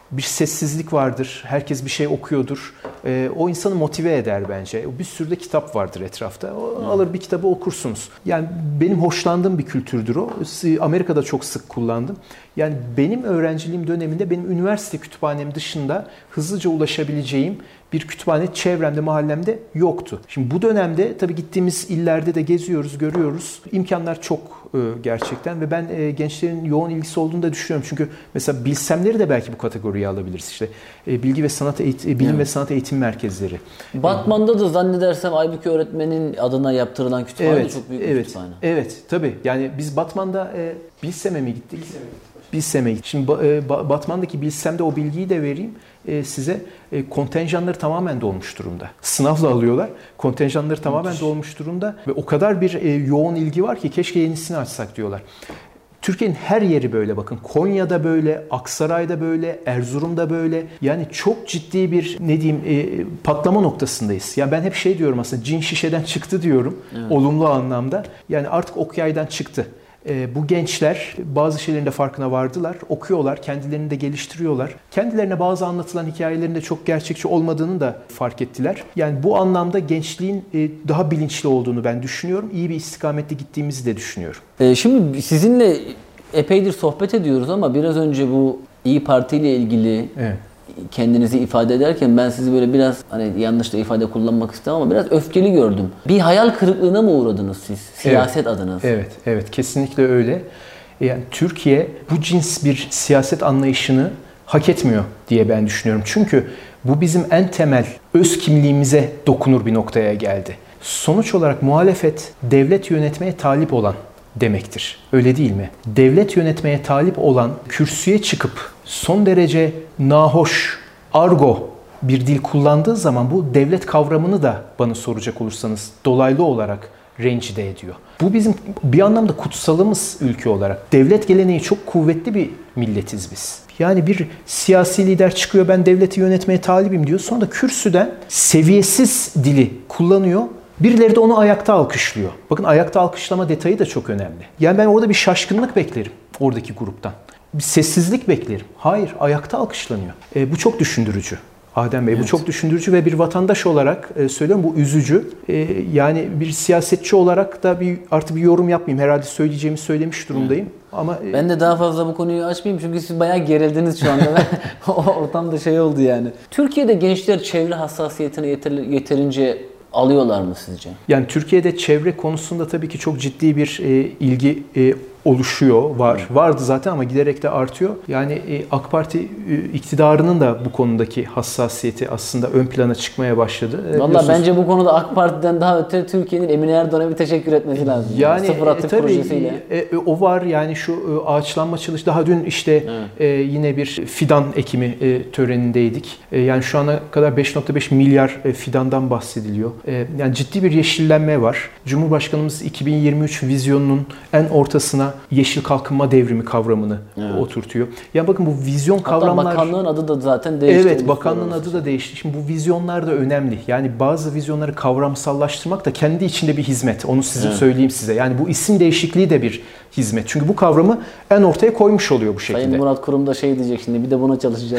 bir sessizlik vardır. Herkes bir şey okuyordur. E, o insanı motive eder bence. Bir sürü de kitap vardır etrafta. O, hmm. Alır bir kitabı okursunuz. Yani benim hoşlandığım bir kültürdür o. Amerika'da çok sık kullandım. Yani benim öğrenciliğim döneminde benim üniversite kütüphanem dışında hızlıca ulaşabileceğim bir kütüphane çevremde, mahallemde yoktu. Şimdi bu dönemde tabii gittiğimiz illerde de geziyoruz, görüyoruz. İmkanlar çok e, gerçekten ve ben e, gençlerin yoğun ilgisi olduğunu da düşünüyorum. Çünkü mesela bilsemleri de belki bu kategoriye alabiliriz. İşte e, bilgi ve sanat eğitim, bilim evet. ve sanat eğitim merkezleri. Batman'da da zannedersem Aybüke öğretmenin adına yaptırılan kütüphane evet, de çok büyük evet, bir kütüphane. Evet, tabii. Yani biz Batman'da e, Bilsem'e mi gittik? Bilsem'e gittik. Bilsem'e gittik. Şimdi e, Batman'daki Bilsem'de o bilgiyi de vereyim e, size. E, kontenjanları tamamen dolmuş durumda. Sınavla alıyorlar. Kontenjanları tamamen Müthiş. dolmuş durumda ve o kadar bir e, yoğun ilgi var ki keşke yenisini açsak diyorlar. Türkiye'nin her yeri böyle bakın. Konya'da böyle, Aksaray'da böyle, Erzurum'da böyle. Yani çok ciddi bir ne diyeyim e, patlama noktasındayız. Yani ben hep şey diyorum aslında cin şişeden çıktı diyorum. Evet. Olumlu anlamda. Yani artık ok yaydan çıktı. E, bu gençler bazı şeylerin de farkına vardılar. Okuyorlar, kendilerini de geliştiriyorlar. Kendilerine bazı anlatılan hikayelerin de çok gerçekçi olmadığını da fark ettiler. Yani bu anlamda gençliğin e, daha bilinçli olduğunu ben düşünüyorum. İyi bir istikamette gittiğimizi de düşünüyorum. E, şimdi sizinle epeydir sohbet ediyoruz ama biraz önce bu İYİ Parti ile ilgili evet. kendinizi ifade ederken ben sizi böyle biraz hani yanlış da ifade kullanmak istemem ama biraz öfkeli gördüm. Bir hayal kırıklığına mı uğradınız siz siyaset evet. adınız? Evet, evet kesinlikle öyle. Yani Türkiye bu cins bir siyaset anlayışını hak etmiyor diye ben düşünüyorum. Çünkü bu bizim en temel öz kimliğimize dokunur bir noktaya geldi. Sonuç olarak muhalefet devlet yönetmeye talip olan demektir. Öyle değil mi? Devlet yönetmeye talip olan kürsüye çıkıp son derece nahoş, argo bir dil kullandığı zaman bu devlet kavramını da bana soracak olursanız dolaylı olarak rencide ediyor. Bu bizim bir anlamda kutsalımız ülke olarak. Devlet geleneği çok kuvvetli bir milletiz biz. Yani bir siyasi lider çıkıyor ben devleti yönetmeye talibim diyor. Sonra da kürsüden seviyesiz dili kullanıyor. Birileri de onu ayakta alkışlıyor. Bakın ayakta alkışlama detayı da çok önemli. Yani ben orada bir şaşkınlık beklerim oradaki gruptan. Bir sessizlik beklerim. Hayır, ayakta alkışlanıyor. E, bu çok düşündürücü. Adem Bey evet. bu çok düşündürücü ve bir vatandaş olarak e, söylüyorum bu üzücü. E, yani bir siyasetçi olarak da bir artık bir yorum yapmayayım. Herhalde söyleyeceğimi söylemiş durumdayım. Evet. Ama e, ben de daha fazla bu konuyu açmayayım çünkü siz bayağı gerildiniz şu anda. Ortamda şey oldu yani. Türkiye'de gençler çevre hassasiyetini yeter, yeterince alıyorlar mı sizce? Yani Türkiye'de çevre konusunda tabii ki çok ciddi bir e, ilgi e, oluşuyor, var. Evet. Vardı zaten ama giderek de artıyor. Yani e, AK Parti e, iktidarının da bu konudaki hassasiyeti aslında ön plana çıkmaya başladı. E, Valla bence bu konuda AK Parti'den daha öte Türkiye'nin Emine Erdoğan'a bir teşekkür etmesi lazım. Yani Sıfır atık e, tabii, projesiyle. E, e, o var yani şu e, ağaçlanma çalışı. Daha dün işte evet. e, yine bir fidan ekimi e, törenindeydik. E, yani şu ana kadar beş nokta beş milyar e, fidandan bahsediliyor. E, yani ciddi bir yeşillenme var. Cumhurbaşkanımız iki bin yirmi üç vizyonunun en ortasına yeşil kalkınma devrimi kavramını evet. oturtuyor. Ya bakın bu vizyon hatta kavramlar... bakanlığın adı da zaten değişti. Evet, bakanlığın adı da değişti. Şimdi bu vizyonlar da önemli. Yani bazı vizyonları kavramsallaştırmak da kendi içinde bir hizmet. Onu size evet. söyleyeyim size. Yani bu isim değişikliği de bir hizmet. Çünkü bu kavramı en ortaya koymuş oluyor bu şekilde. Sayın Murat Kurum da şey diyecek şimdi, bir de buna çalışacak.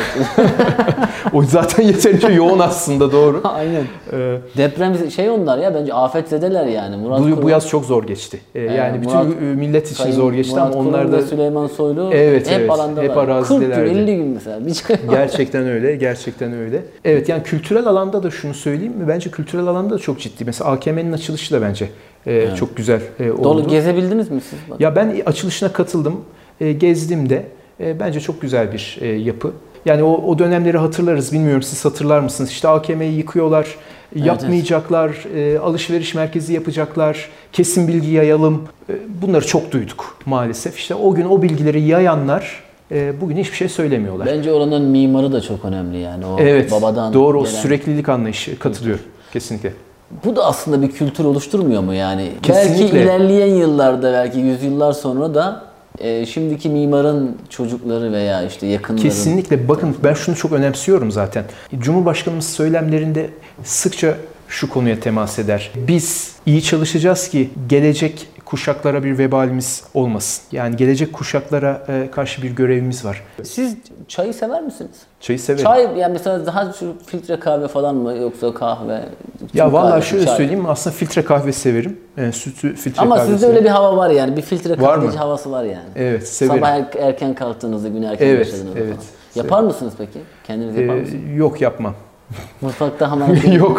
O zaten yeterince yoğun aslında, doğru. Aynen. Ee, Deprem şey onlar ya, bence afetzedeler yani. Murat bu, Kurum, bu yaz çok zor geçti. Ee, yani, yani bütün Murat, millet için Sayın zor geçti Murat ama onlar da... Süleyman Soylu evet, hep evet, alandalar. Hep arazidelerdi. kırk gün, elli gün mesela. Gerçekten öyle, gerçekten öyle. Evet, yani kültürel alanda da şunu söyleyeyim mi? Bence kültürel alanda da çok ciddi. Mesela A K M'nin açılışı da bence e, evet. çok güzel e, oldu. Dolu gezebildiniz mi siz? Bak. Ya ben açılışına katıldım, e, gezdim de. E, bence çok güzel bir e, yapı. Yani o, o dönemleri hatırlarız. Bilmiyorum siz hatırlar mısınız? İşte A K M'yi yıkıyorlar, evet, yapmayacaklar, evet. E, alışveriş merkezi yapacaklar, kesin bilgi yayalım. E, bunları çok duyduk maalesef. İşte o gün o bilgileri yayanlar e, bugün hiçbir şey söylemiyorlar. Bence oranın mimarı da çok önemli yani. O evet, babadan doğru. Gelen... O süreklilik anlayışı, katılıyorum. Kesinlikle. Bu da aslında bir kültür oluşturmuyor mu yani? Kesinlikle. Belki ilerleyen yıllarda, belki yüzyıllar sonra da e, şimdiki mimarın çocukları veya işte yakınları... Kesinlikle. Bakın ben şunu çok önemsiyorum zaten. Cumhurbaşkanımız söylemlerinde sıkça şu konuya temas eder. Biz iyi çalışacağız ki gelecek kuşaklara bir vebalimiz olmasın. Yani gelecek kuşaklara e, karşı bir görevimiz var. Siz çayı sever misiniz? Çayı severim. Çay yani mesela daha şu filtre kahve falan mı yoksa kahve? Ya vallahi kahve, şöyle çay. söyleyeyim, aslında filtre kahve severim. Yani sütü filtre Ama kahve sizde severim. öyle bir hava var yani. Bir filtre Var kahveci mı? havası var yani. Evet, severim. Sabah er- erken kalktığınızda, gün erken Evet, yaşadığınızda evet. falan. Yapar mısınız peki? Kendiniz yapar Ee, mısınız? yok, yapmam. Mutfakta hemen Yok.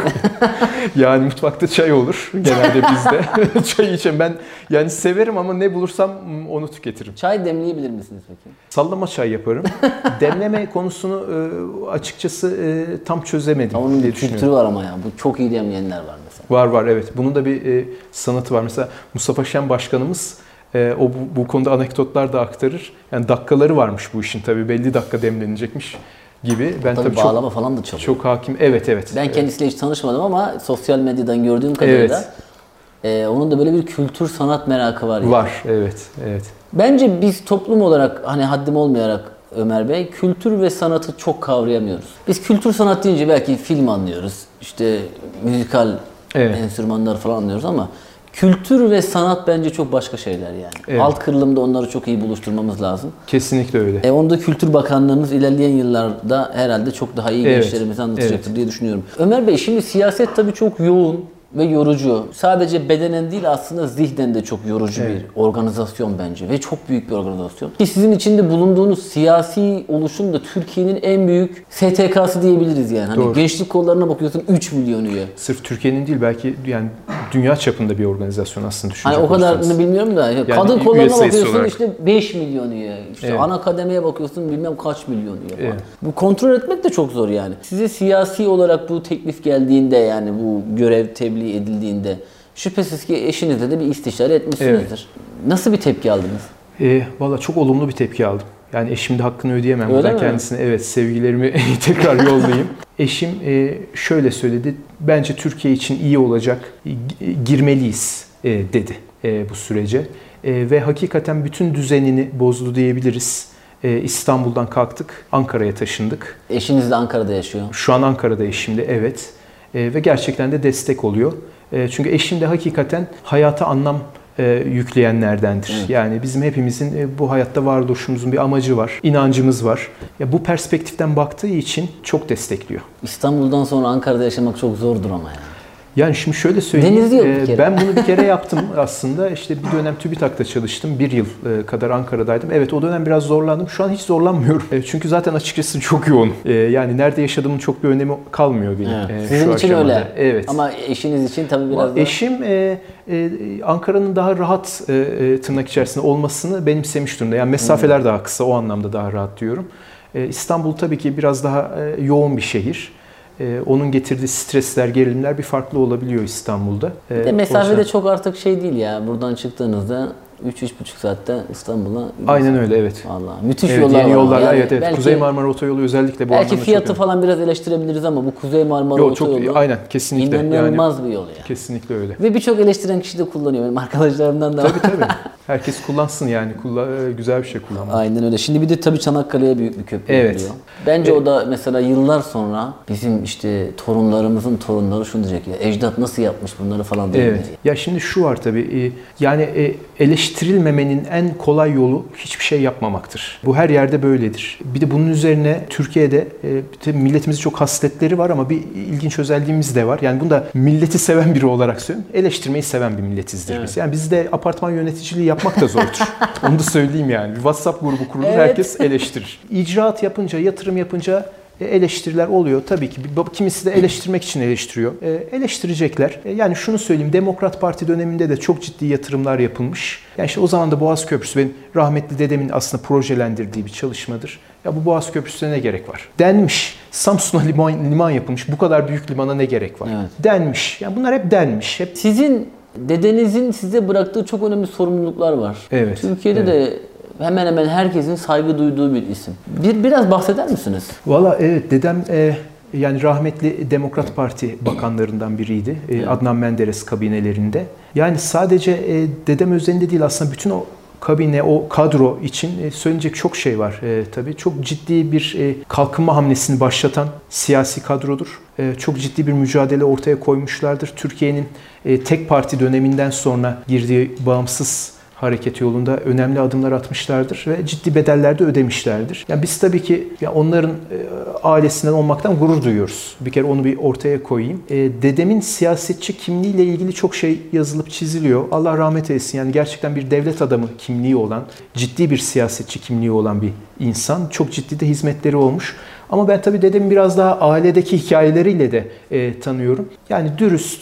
Yani mutfakta çay olur genelde bizde. Çay içen ben yani severim ama ne bulursam onu tüketirim. Çay demleyebilir misiniz peki? Sallama çay yaparım. Demleme konusunu e, açıkçası e, tam çözemedim. Ya onun diye bir kültürü düşünüyorum. var ama ya. Bu çok iyi demleyenler var mesela. Var var evet. Bunun da bir e, sanatı var. Mesela Mustafa Şen Başkanımız e, o bu, bu konuda anekdotlar da aktarır. Yani dakikaları varmış bu işin tabii. Belli dakika demlenecekmiş gibi. Ben Tabii, tabii bağlama çok, falan da çalıyor. çok hakim. Evet evet. Ben evet. kendisiyle hiç tanışmadım ama sosyal medyadan gördüğüm kadarıyla e, onun da böyle bir kültür sanat merakı var. Yani. Var evet evet. Bence biz toplum olarak hani haddim olmayarak Ömer Bey kültür ve sanatı çok kavrayamıyoruz. Biz kültür sanat deyince belki film anlıyoruz. İşte müzikal Evet. enstrümanlar falan anlıyoruz ama kültür ve sanat bence çok başka şeyler yani. Evet. Alt kırılımda onları çok iyi buluşturmamız lazım. Kesinlikle öyle. E onu da Kültür Bakanlığımız ilerleyen yıllarda herhalde çok daha iyi Evet. gençlerimize anlatacaktır Evet. diye düşünüyorum. Ömer Bey şimdi siyaset tabii çok yoğun ve yorucu. Sadece bedenen değil aslında zihnen de çok yorucu Evet. bir organizasyon bence ve çok büyük bir organizasyon. Ki sizin içinde bulunduğunuz siyasi oluşum da Türkiye'nin en büyük S T K'sı diyebiliriz yani. Hani Doğru. gençlik kollarına bakıyorsun üç milyon üye. Sırf Türkiye'nin değil belki yani dünya çapında bir organizasyon aslında düşünecek Hani o kadarını olursanız. bilmiyorum da Yani kadın üye kollarına sayısı bakıyorsun olarak. işte beş milyon üye. İşte Evet. ana kademeye bakıyorsun bilmem kaç milyon üye falan. Evet. Bu kontrol etmek de çok zor yani. Size siyasi olarak bu teklif geldiğinde yani bu görev tebliğ edildiğinde şüphesiz ki eşinizle de bir istişare etmişsinizdir. Nasıl bir tepki aldınız? E, Valla çok olumlu bir tepki aldım. Yani eşim de hakkını ödeyemem. Öyle Buradan mi? kendisine evet sevgilerimi tekrar yollayayım. Eşim e, şöyle söyledi. Bence Türkiye için iyi olacak. G- girmeliyiz e, dedi e, bu sürece. E, ve hakikaten bütün düzenini bozdu diyebiliriz. E, İstanbul'dan kalktık. Ankara'ya taşındık. Eşiniz de Ankara'da yaşıyor. Şu an Ankara'da eşim de evet. E, ve gerçekten de destek oluyor. E, çünkü eşim de hakikaten hayata anlam e, yükleyenlerdendir. Evet. Yani bizim hepimizin e, bu hayatta varoluşumuzun bir amacı var, inancımız var. Ya bu perspektiften baktığı için çok destekliyor. İstanbul'dan sonra Ankara'da yaşamak çok zordur ama yani. Yani şimdi şöyle söyleyeyim. Denizli yok bir e, kere. Ben bunu bir kere yaptım aslında. İşte bir dönem TÜBİTAK'ta çalıştım. Bir yıl e, kadar Ankara'daydım. Evet o dönem biraz zorlandım. Şu an hiç zorlanmıyorum. E, çünkü zaten açıkçası çok yoğun. E, yani nerede yaşadığımın çok bir önemi kalmıyor benim. Evet. e, Sizin şu için aşamada. öyle. Evet. Ama eşiniz için tabii biraz daha... Eşim e, e, Ankara'nın daha rahat e, e, tırnak içerisinde olmasını benimsemiş durumda. Yani mesafeler daha kısa, o anlamda daha rahat diyorum. E, İstanbul tabii ki biraz daha e, yoğun bir şehir. E, onun getirdiği stresler, gerilimler bir farklı olabiliyor İstanbul'da. E, Bir de o mesafede yüzden- çok artık şey değil ya. Buradan çıktığınızda üç üç buçuk saatte İstanbul'a gidiyorsunuz. Aynen öyle evet. Vallahi müthiş Evet, yollar yeni var. yollar, Yani evet evet. belki, Kuzey Marmara Otoyolu özellikle bu belki anlamda fiyatı çok falan biraz eleştirebiliriz ama bu Kuzey Marmara Yok, çok Otoyolu aynen kesinlikle. inanılmaz Yani, bir yol ya. kesinlikle öyle. Ve birçok eleştiren kişi de kullanıyor. Benim arkadaşlarımdan da var. Tabii tabii. Herkes kullansın yani. Kulla, güzel bir şey kullanmak. Aynen öyle. Şimdi bir de tabii Çanakkale'ye büyük bir köprü Evet. yapılıyor. Bence Evet. o da mesela yıllar sonra bizim işte torunlarımızın torunları şunu diyecek ya. Ecdat nasıl yapmış bunları falan diye. Evet. Ya şimdi şu var tabii. e, Yani e, eleştirilmemenin en kolay yolu hiçbir şey yapmamaktır. Bu her yerde böyledir. Bir de bunun üzerine Türkiye'de e, tabii milletimizin çok hasletleri var ama bir ilginç özelliğimiz de var. Yani bunu da milleti seven biri olarak söylüyorum. Eleştirmeyi seven bir milletizdir Evet. biz. Yani bizde apartman yöneticiliği yapmak da zordur. Onu da söyleyeyim yani. Bir WhatsApp grubu kurulur, Evet. herkes eleştirir. İcraat yapınca, yatırım yapınca e, eleştiriler oluyor. Tabii ki bir- kimisi de eleştirmek için eleştiriyor. E, eleştirecekler. E, yani şunu söyleyeyim, Demokrat Parti döneminde de çok ciddi yatırımlar yapılmış. Yani işte o zaman da Boğaz Köprüsü benim rahmetli dedemin aslında projelendirdiği bir çalışmadır. Ya bu Boğaz Köprüsü'ne ne gerek var? Denmiş. Samsun'a liman, liman yapılmış. Bu kadar büyük limana ne gerek var? Evet. Denmiş. Yani bunlar hep denmiş. Hep Sizin dedenizin size bıraktığı çok önemli sorumluluklar var. Evet, Türkiye'de evet. de hemen hemen herkesin saygı duyduğu bir isim. Bir biraz bahseder misiniz? Valla evet dedem e, yani rahmetli Demokrat Parti bakanlarından biriydi. E, Evet. Adnan Menderes kabinelerinde. Yani sadece e, dedem özelinde değil aslında bütün o kabine, o kadro için söyleyecek çok şey var e, tabii. Çok ciddi bir e, kalkınma hamlesini başlatan siyasi kadrodur. E, çok ciddi bir mücadele ortaya koymuşlardır. Türkiye'nin e, tek parti döneminden sonra girdiği bağımsız hareket yolunda önemli adımlar atmışlardır ve ciddi bedeller de ödemişlerdir. Yani biz tabii ki ya onların e, ailesinden olmaktan gurur duyuyoruz. Bir kere onu bir ortaya koyayım. E, dedemin siyasetçi kimliğiyle ilgili çok şey yazılıp çiziliyor. Allah rahmet eylesin. Yani gerçekten bir devlet adamı kimliği olan, ciddi bir siyasetçi kimliği olan bir insan. Çok ciddi de hizmetleri olmuş. Ama ben tabii dedemi biraz daha ailedeki hikayeleriyle de e, tanıyorum. Yani dürüst,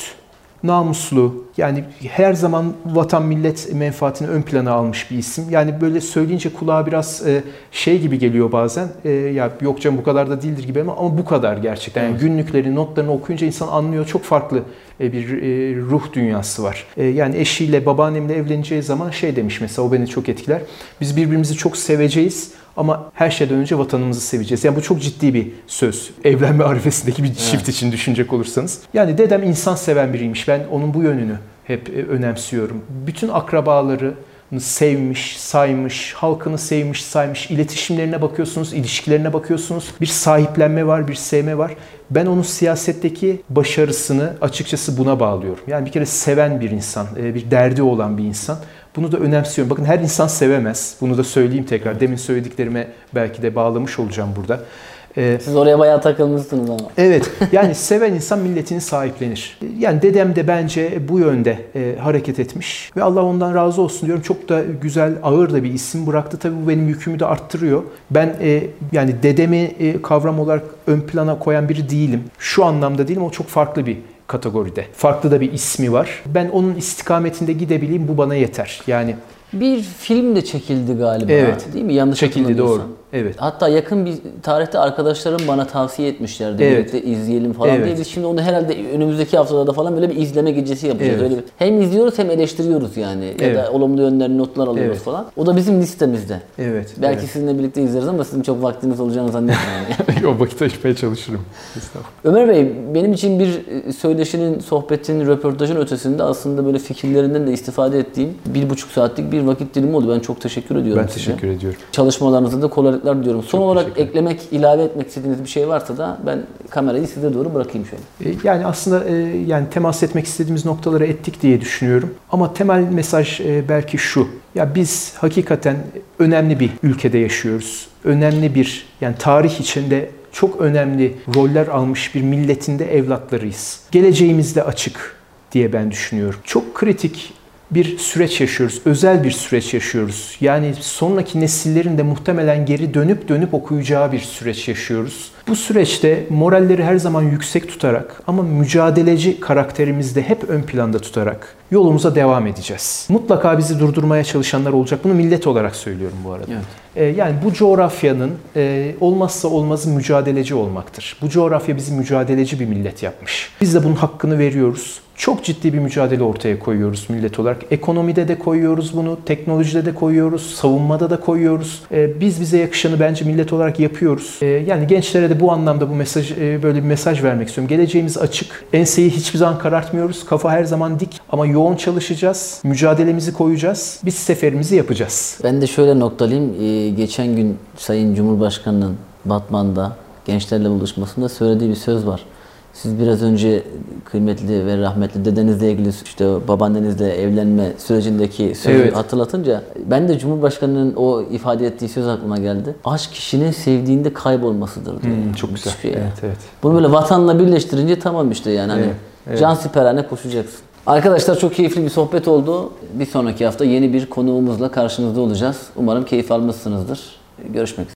namuslu, yani her zaman vatan millet menfaatini ön plana almış bir isim. Yani böyle söyleyince kulağa biraz e, şey gibi geliyor bazen. E, ya yok canım bu kadar da değildir gibi ama, ama bu kadar gerçekten. Yani günlükleri, notlarını okuyunca insan anlıyor. Çok farklı e, bir e, ruh dünyası var. E, yani eşiyle, babaannemle evleneceği zaman şey demiş mesela, o beni çok etkiler. Biz birbirimizi çok seveceğiz ama her şeyden önce vatanımızı seveceğiz. Yani bu çok ciddi bir söz. Evlenme arifesindeki bir çift evet. için düşünecek olursanız. Yani dedem insan seven biriymiş. Ben onun bu yönünü hep önemsiyorum. Bütün akrabaları sevmiş, saymış, halkını sevmiş, saymış. İletişimlerine bakıyorsunuz, ilişkilerine bakıyorsunuz. Bir sahiplenme var, bir sevme var. Ben onun siyasetteki başarısını açıkçası buna bağlıyorum. Yani bir kere seven bir insan, bir derdi olan bir insan. Bunu da önemsiyorum. Bakın her insan sevemez. Bunu da söyleyeyim tekrar. Demin söylediklerime belki de bağlamış olacağım burada. Ee, Siz oraya bayağı takılmışsınız ama. Evet. Yani seven insan milletini sahiplenir. Yani dedem de bence bu yönde e, hareket etmiş. Ve Allah ondan razı olsun diyorum. Çok da güzel, ağır da bir isim bıraktı. Tabii bu benim yükümü de arttırıyor. Ben e, yani dedemi e, kavram olarak ön plana koyan biri değilim. Şu anlamda değilim. O çok farklı bir kategoride. Farklı da bir ismi var. Ben onun istikametinde gidebileyim, bu bana yeter. Yani bir film de çekildi galiba. Evet. Değil mi? Yanlış çekildi, doğru. Evet. Hatta yakın bir tarihte arkadaşlarım bana tavsiye etmişlerdi. Evet. Birlikte izleyelim falan evet. diye. Biz şimdi onu herhalde önümüzdeki haftalarda falan böyle bir izleme gecesi yapacağız. Evet. Öyle bir, hem izliyoruz hem eleştiriyoruz yani. Ya evet. da olumlu yönlerini, notlar alıyoruz evet. falan. O da bizim listemizde. Evet. Belki evet. sizinle birlikte izleriz ama sizin çok vaktiniz olacağını zannetmiyorum. O vakit açmaya çalışırım. Ömer Bey, benim için bir söyleşinin, sohbetin, röportajın ötesinde aslında böyle fikirlerinden de istifade ettiğim bir buçuk saatlik bir vakit dilimi oldu. Ben çok teşekkür ediyorum ben size. Ben teşekkür ediyorum. Çalışmalarınızda da kolaylıklar diliyorum. Son çok olarak eklemek, ilave etmek istediğiniz bir şey varsa da ben kamerayı size doğru bırakayım şöyle. Yani aslında yani temas etmek istediğimiz noktalara ettik diye düşünüyorum. Ama temel mesaj belki şu. Ya biz hakikaten önemli bir ülkede yaşıyoruz. Önemli bir, yani tarih içinde çok önemli roller almış bir milletin de evlatlarıyız. Geleceğimiz de açık diye ben düşünüyorum. Çok kritik bir süreç yaşıyoruz. Özel bir süreç yaşıyoruz. Yani sonraki nesillerin de muhtemelen geri dönüp dönüp okuyacağı bir süreç yaşıyoruz. Bu süreçte moralleri her zaman yüksek tutarak ama mücadeleci karakterimizi de hep ön planda tutarak yolumuza devam edeceğiz. Mutlaka bizi durdurmaya çalışanlar olacak. Bunu millet olarak söylüyorum bu arada. Evet. Ee, yani bu coğrafyanın e, olmazsa olmazı mücadeleci olmaktır. Bu coğrafya bizi mücadeleci bir millet yapmış. Biz de bunun hakkını veriyoruz. Çok ciddi bir mücadele ortaya koyuyoruz millet olarak. Ekonomide de koyuyoruz bunu, teknolojide de koyuyoruz, savunmada da koyuyoruz. Ee, biz bize yakışanı bence millet olarak yapıyoruz. Ee, yani gençlere de bu anlamda bu mesaj, e, böyle bir mesaj vermek istiyorum. Geleceğimiz açık. Enseyi hiçbir zaman karartmıyoruz. Kafa her zaman dik ama yoğun çalışacağız. Mücadelemizi koyacağız. Biz seferimizi yapacağız. Ben de şöyle noktalayayım. Ee, geçen gün Sayın Cumhurbaşkanı'nın Batman'da gençlerle buluşmasında söylediği bir söz var. Siz biraz önce kıymetli ve rahmetli dedenizle ilgili, işte babaannenizle evlenme sürecindeki sözü evet. hatırlatınca ben de Cumhurbaşkanı'nın o ifade ettiği söz aklıma geldi. Aşk kişinin sevdiğinde kaybolmasıdır diyor. Hmm, çok güzel. Şey evet, evet. Bunu böyle vatanla birleştirince tamam işte yani hani evet, evet. can siperhane koşacaksın. Arkadaşlar çok keyifli bir sohbet oldu. Bir sonraki hafta yeni bir konuğumuzla karşınızda olacağız. Umarım keyif almışsınızdır. Görüşmek üzere.